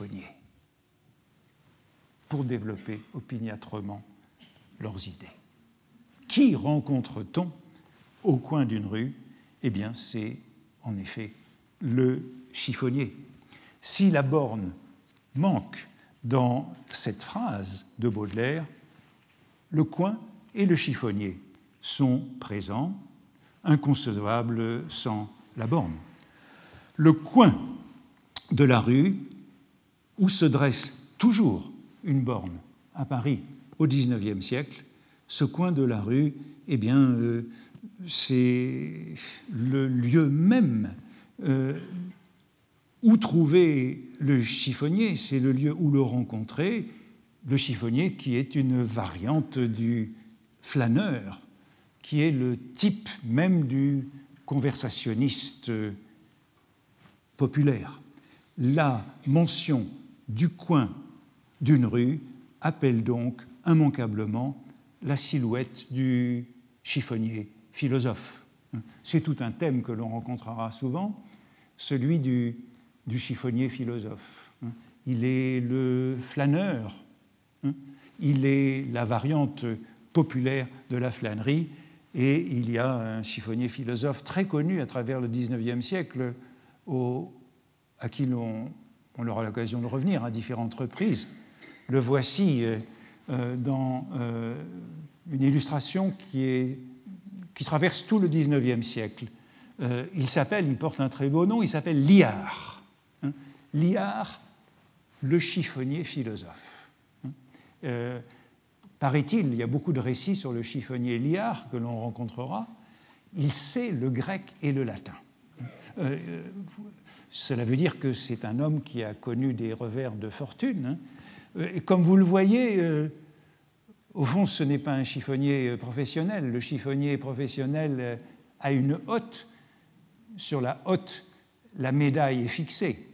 pour développer opiniâtrement leurs idées. Qui rencontre-t-on au coin d'une rue? Eh bien, c'est en effet le chiffonnier. Si la borne manque dans cette phrase de Baudelaire, le coin et le chiffonnier sont présents, inconcevables sans la borne. Le coin de la rue, où se dresse toujours une borne à Paris au dix-neuvième siècle, ce coin de la rue, eh bien, euh, c'est le lieu même euh, où trouver le chiffonnier, c'est le lieu où le rencontrer, le chiffonnier qui est une variante du flâneur, qui est le type même du conversationniste populaire. La mention du coin d'une rue appelle donc immanquablement la silhouette du chiffonnier philosophe. C'est tout un thème que l'on rencontrera souvent, celui du, du chiffonnier philosophe. Il est le flâneur, il est la variante populaire de la flânerie, et il y a un chiffonnier philosophe très connu à travers le dix-neuvième siècle, au, à qui l'on, on aura l'occasion de revenir à différentes reprises. Le voici euh, dans euh, une illustration qui, est, qui traverse tout le dix-neuvième siècle. Euh, il s'appelle, il porte un très beau nom, il s'appelle Liard. Hein, Liard, le chiffonnier philosophe. Hein, euh, paraît-il, il y a beaucoup de récits sur le chiffonnier Liard que l'on rencontrera. Il sait le grec et le latin. Euh, cela veut dire que c'est un homme qui a connu des revers de fortune. Hein. Et comme vous le voyez, euh, au fond, ce n'est pas un chiffonnier professionnel. Le chiffonnier professionnel a une hotte. Sur la hotte, la médaille est fixée.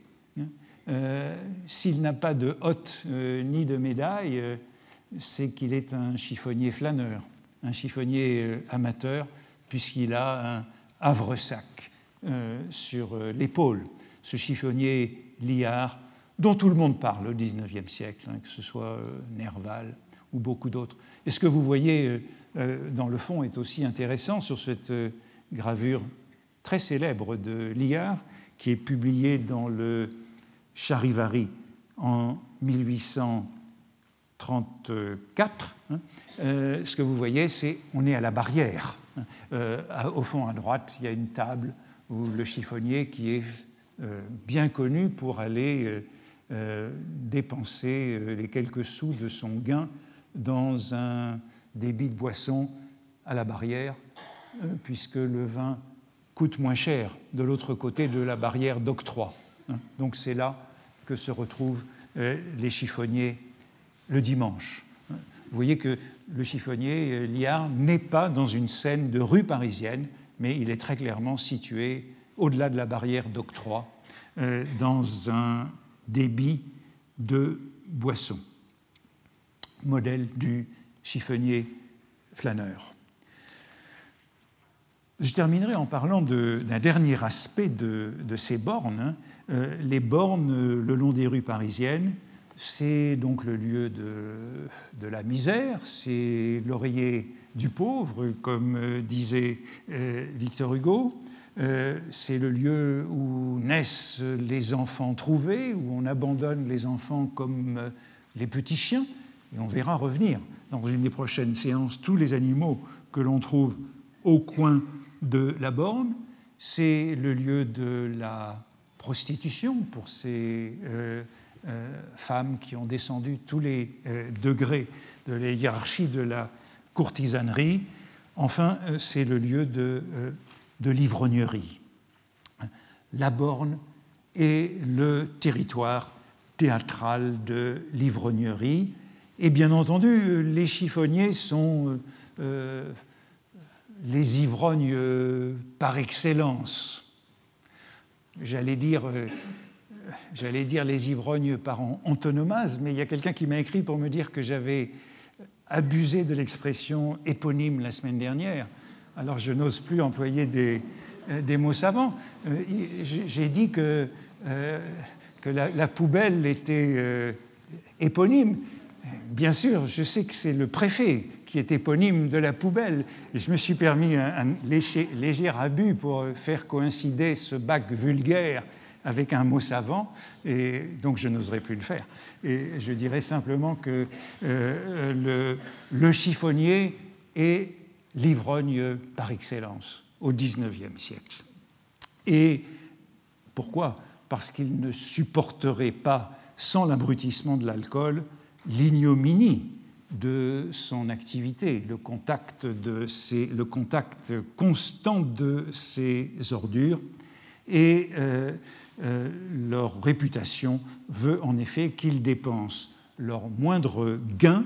Euh, s'il n'a pas de hotte euh, ni de médaille, euh, c'est qu'il est un chiffonnier flâneur, un chiffonnier euh, amateur, puisqu'il a un havresac euh, sur euh, l'épaule. Ce chiffonnier Liard, dont tout le monde parle au dix-neuvième siècle, hein, que ce soit euh, Nerval ou beaucoup d'autres. Et ce que vous voyez euh, dans le fond est aussi intéressant sur cette euh, gravure très célèbre de Liard, qui est publiée dans le Charivari en mille huit cent trente-quatre. Hein. Euh, ce que vous voyez, c'est on est à la barrière. Euh, au fond, à droite, il y a une table où le chiffonnier, qui est euh, bien connu pour aller euh, euh, dépenser euh, les quelques sous de son gain dans un débit de boisson à la barrière, euh, puisque le vin coûte moins cher de l'autre côté de la barrière d'octroi. Hein. Donc c'est là que se retrouvent euh, les chiffonniers le dimanche. Vous voyez que le chiffonnier euh, Liard n'est pas dans une scène de rue parisienne, mais il est très clairement situé au-delà de la barrière d'octroi, euh, dans un débit de boisson, modèle du chiffonnier flâneur. Je terminerai en parlant de, d'un dernier aspect de, de ces bornes. Hein. Euh, les bornes euh, le long des rues parisiennes, c'est donc le lieu de, de la misère, c'est l'oreiller du pauvre, comme euh, disait euh, Victor Hugo. Euh, c'est le lieu où naissent les enfants trouvés, où on abandonne les enfants comme euh, les petits chiens. Et on verra revenir dans une des prochaines séances tous les animaux que l'on trouve au coin de la borne. C'est le lieu de la prostitution pour ces euh, euh, femmes qui ont descendu tous les euh, degrés de la hiérarchie de la courtisanerie. Enfin, euh, c'est le lieu de, euh, de l'ivrognerie. La borne est le territoire théâtral de l'ivrognerie. Et bien entendu, les chiffonniers sont euh, les ivrognes euh, par excellence. J'allais dire, euh, j'allais dire les ivrognes par antonomase, mais il y a quelqu'un qui m'a écrit pour me dire que j'avais abusé de l'expression éponyme la semaine dernière. Alors je n'ose plus employer des, euh, des mots savants. Euh, j'ai dit que, euh, que la, la poubelle était euh, éponyme. Bien sûr, je sais que c'est le préfet qui est éponyme de la poubelle. Et je me suis permis un, un léger, léger abus pour faire coïncider ce bac vulgaire avec un mot savant, et donc je n'oserais plus le faire. Et je dirais simplement que euh, le, le chiffonnier est l'ivrogne par excellence au dix-neuvième siècle. Et pourquoi ? Parce qu'il ne supporterait pas, sans l'abrutissement de l'alcool, l'ignominie de son activité, le contact, de ces, le contact constant de ces ordures. Et euh, euh, leur réputation veut en effet qu'ils dépensent leur moindre gain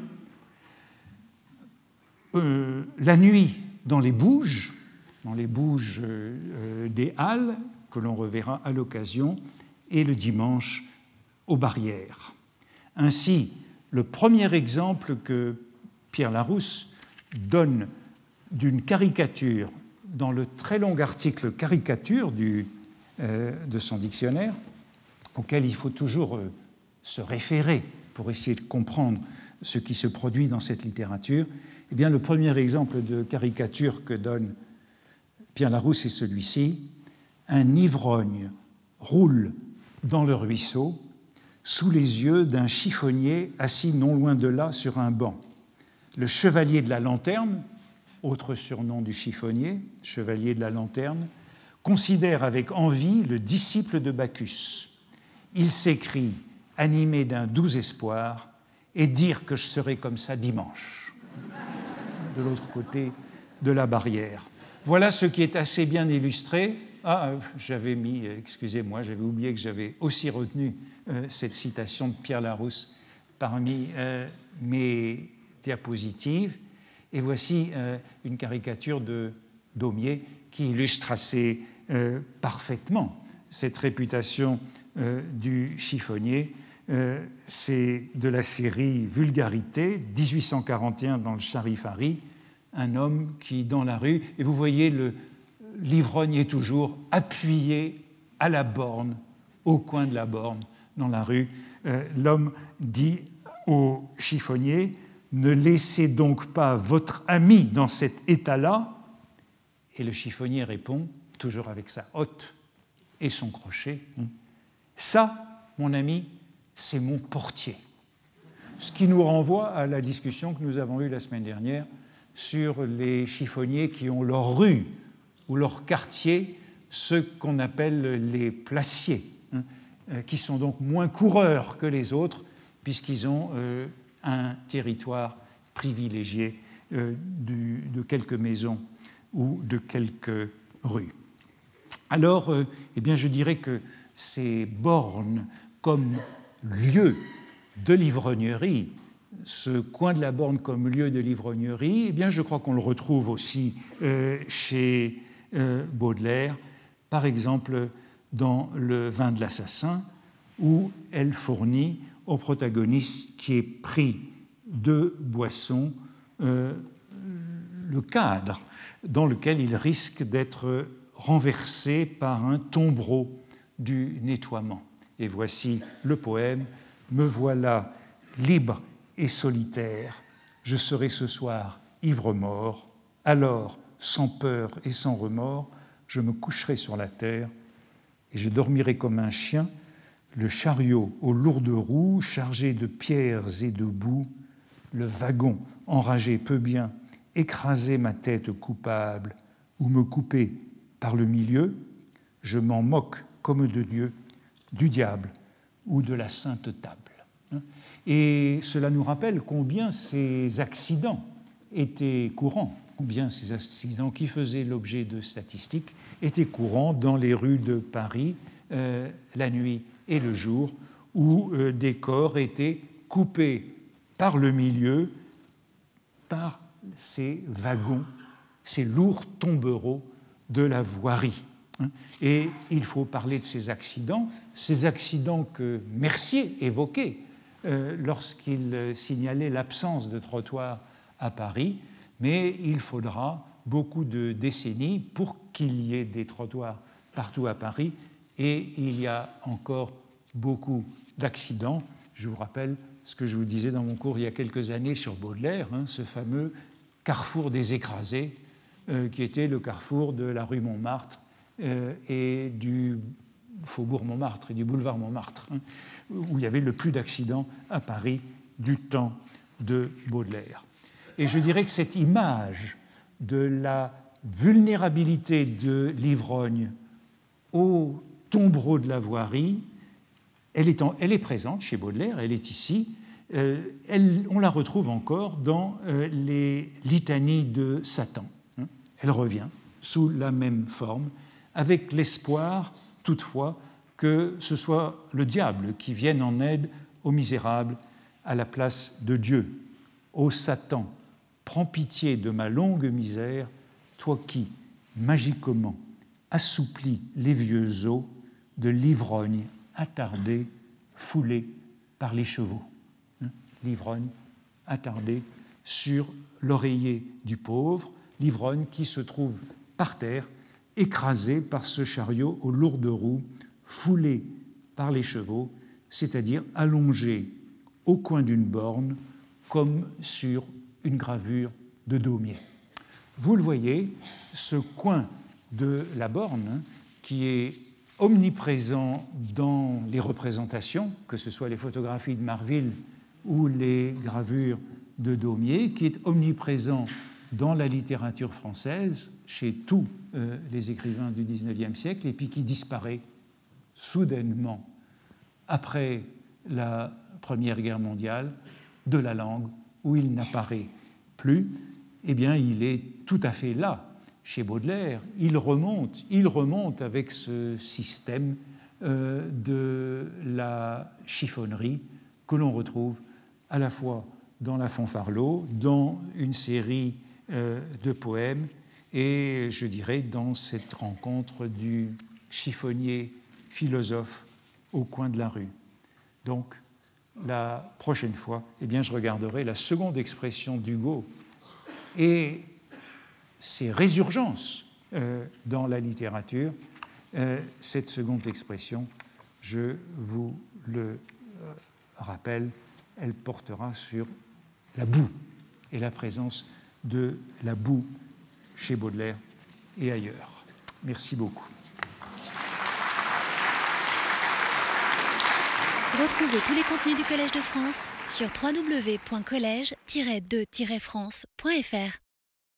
euh, la nuit dans les bouges, dans les bouges euh, des halles, que l'on reverra à l'occasion, et le dimanche aux barrières. Ainsi, le premier exemple que Pierre Larousse donne d'une caricature dans le très long article caricature du, euh, de son dictionnaire, auquel il faut toujours euh, se référer pour essayer de comprendre ce qui se produit dans cette littérature, eh bien, le premier exemple de caricature que donne Pierre Larousse est celui-ci. Un ivrogne roule dans le ruisseau sous les yeux d'un chiffonnier assis non loin de là sur un banc. Le chevalier de la lanterne, autre surnom du chiffonnier, chevalier de la lanterne, considère avec envie le disciple de Bacchus. Il s'écrie, animé d'un doux espoir, et dire que je serai comme ça dimanche, de l'autre côté de la barrière. Voilà ce qui est assez bien illustré. Ah, j'avais mis, excusez-moi, j'avais oublié que j'avais aussi retenu euh, cette citation de Pierre Larousse parmi euh, mes diapositives. Et voici euh, une caricature de Daumier qui illustre assez euh, parfaitement cette réputation euh, du chiffonnier. Euh, c'est de la série Vulgarité, dix-huit cent quarante et un dans le Charivari, un homme qui, dans la rue, et vous voyez le l'ivrogne est toujours appuyé à la borne, au coin de la borne, dans la rue. Euh, l'homme dit au chiffonnier « Ne laissez donc pas votre ami dans cet état-là » et le chiffonnier répond, toujours avec sa hotte et son crochet, « Ça, mon ami, c'est mon portier ». Ce qui nous renvoie à la discussion que nous avons eue la semaine dernière sur les chiffonniers qui ont leur rue ou leur quartier, ceux qu'on appelle les placiers, hein, euh, qui sont donc moins coureurs que les autres, puisqu'ils ont euh, un territoire privilégié euh, du, de quelques maisons ou de quelques rues. Alors, euh, eh bien, je dirais que ces bornes comme lieu de l'ivrognerie, ce coin de la borne comme lieu de l'ivrognerie, eh bien, je crois qu'on le retrouve aussi euh, chez Euh, Baudelaire, par exemple dans Le vin de l'assassin, où elle fournit au protagoniste qui est pris de boisson euh, le cadre dans lequel il risque d'être renversé par un tombereau du nettoiement. Et voici le poème « Me voilà libre et solitaire, je serai ce soir ivre-mort, alors, sans peur et sans remords, je me coucherai sur la terre et je dormirai comme un chien, le chariot aux lourdes roues chargé de pierres et de boue, le wagon enragé peut bien écraser ma tête coupable ou me couper par le milieu, je m'en moque comme de Dieu, du diable ou de la sainte table. Et cela nous rappelle combien ces accidents étaient courants, combien ces accidents qui faisaient l'objet de statistiques étaient courants dans les rues de Paris euh, la nuit et le jour, où euh, des corps étaient coupés par le milieu par ces wagons, ces lourds tombereaux de la voirie. Et il faut parler de ces accidents, ces accidents que Mercier évoquait euh, lorsqu'il signalait l'absence de trottoirs à Paris, mais il faudra beaucoup de décennies pour qu'il y ait des trottoirs partout à Paris, et il y a encore beaucoup d'accidents. Je vous rappelle ce que je vous disais dans mon cours il y a quelques années sur Baudelaire, hein, ce fameux carrefour des écrasés, euh, qui était le carrefour de la rue Montmartre euh, et du faubourg Montmartre et du boulevard Montmartre, hein, où il y avait le plus d'accidents à Paris du temps de Baudelaire. Et je dirais que cette image de la vulnérabilité de l'ivrogne au tombereau de la voirie, elle est, en, elle est présente chez Baudelaire, elle est ici, euh, elle, on la retrouve encore dans euh, les litanies de Satan. Hein. Elle revient sous la même forme, avec l'espoir, toutefois, que ce soit le diable qui vienne en aide aux misérables à la place de Dieu. Ô Satan, prends pitié de ma longue misère, toi qui, magiquement, assouplis les vieux os de l'ivrogne attardé, foulé par les chevaux. Hein, l'ivrogne attardé sur l'oreiller du pauvre, l'ivrogne qui se trouve par terre, écrasé par ce chariot aux lourdes roues, foulé par les chevaux, c'est-à-dire allongé au coin d'une borne, comme sur une gravure de Daumier. Vous le voyez, ce coin de la borne, hein, qui est omniprésent dans les représentations, que ce soit les photographies de Marville ou les gravures de Daumier, qui est omniprésent dans la littérature française, chez tous euh, les écrivains du dix-neuvième siècle, et puis qui disparaît soudainement après la Première Guerre mondiale de la langue, où il n'apparaît plus. Eh bien, il est tout à fait là, chez Baudelaire. Il remonte, il remonte avec ce système euh, de la chiffonnerie que l'on retrouve à la fois dans la Fanfarlot, dans une série euh, de poèmes, et je dirais dans cette rencontre du chiffonnier philosophe au coin de la rue. Donc, la prochaine fois, eh bien, je regarderai la seconde expression d'Hugo et ses résurgences euh, dans la littérature. Euh, cette seconde expression, je vous le euh, rappelle, elle portera sur la boue et la présence de la boue chez Baudelaire et ailleurs. Merci beaucoup. Retrouvez tous les contenus du Collège de France sur w w w point collège tiret de tiret france point f r.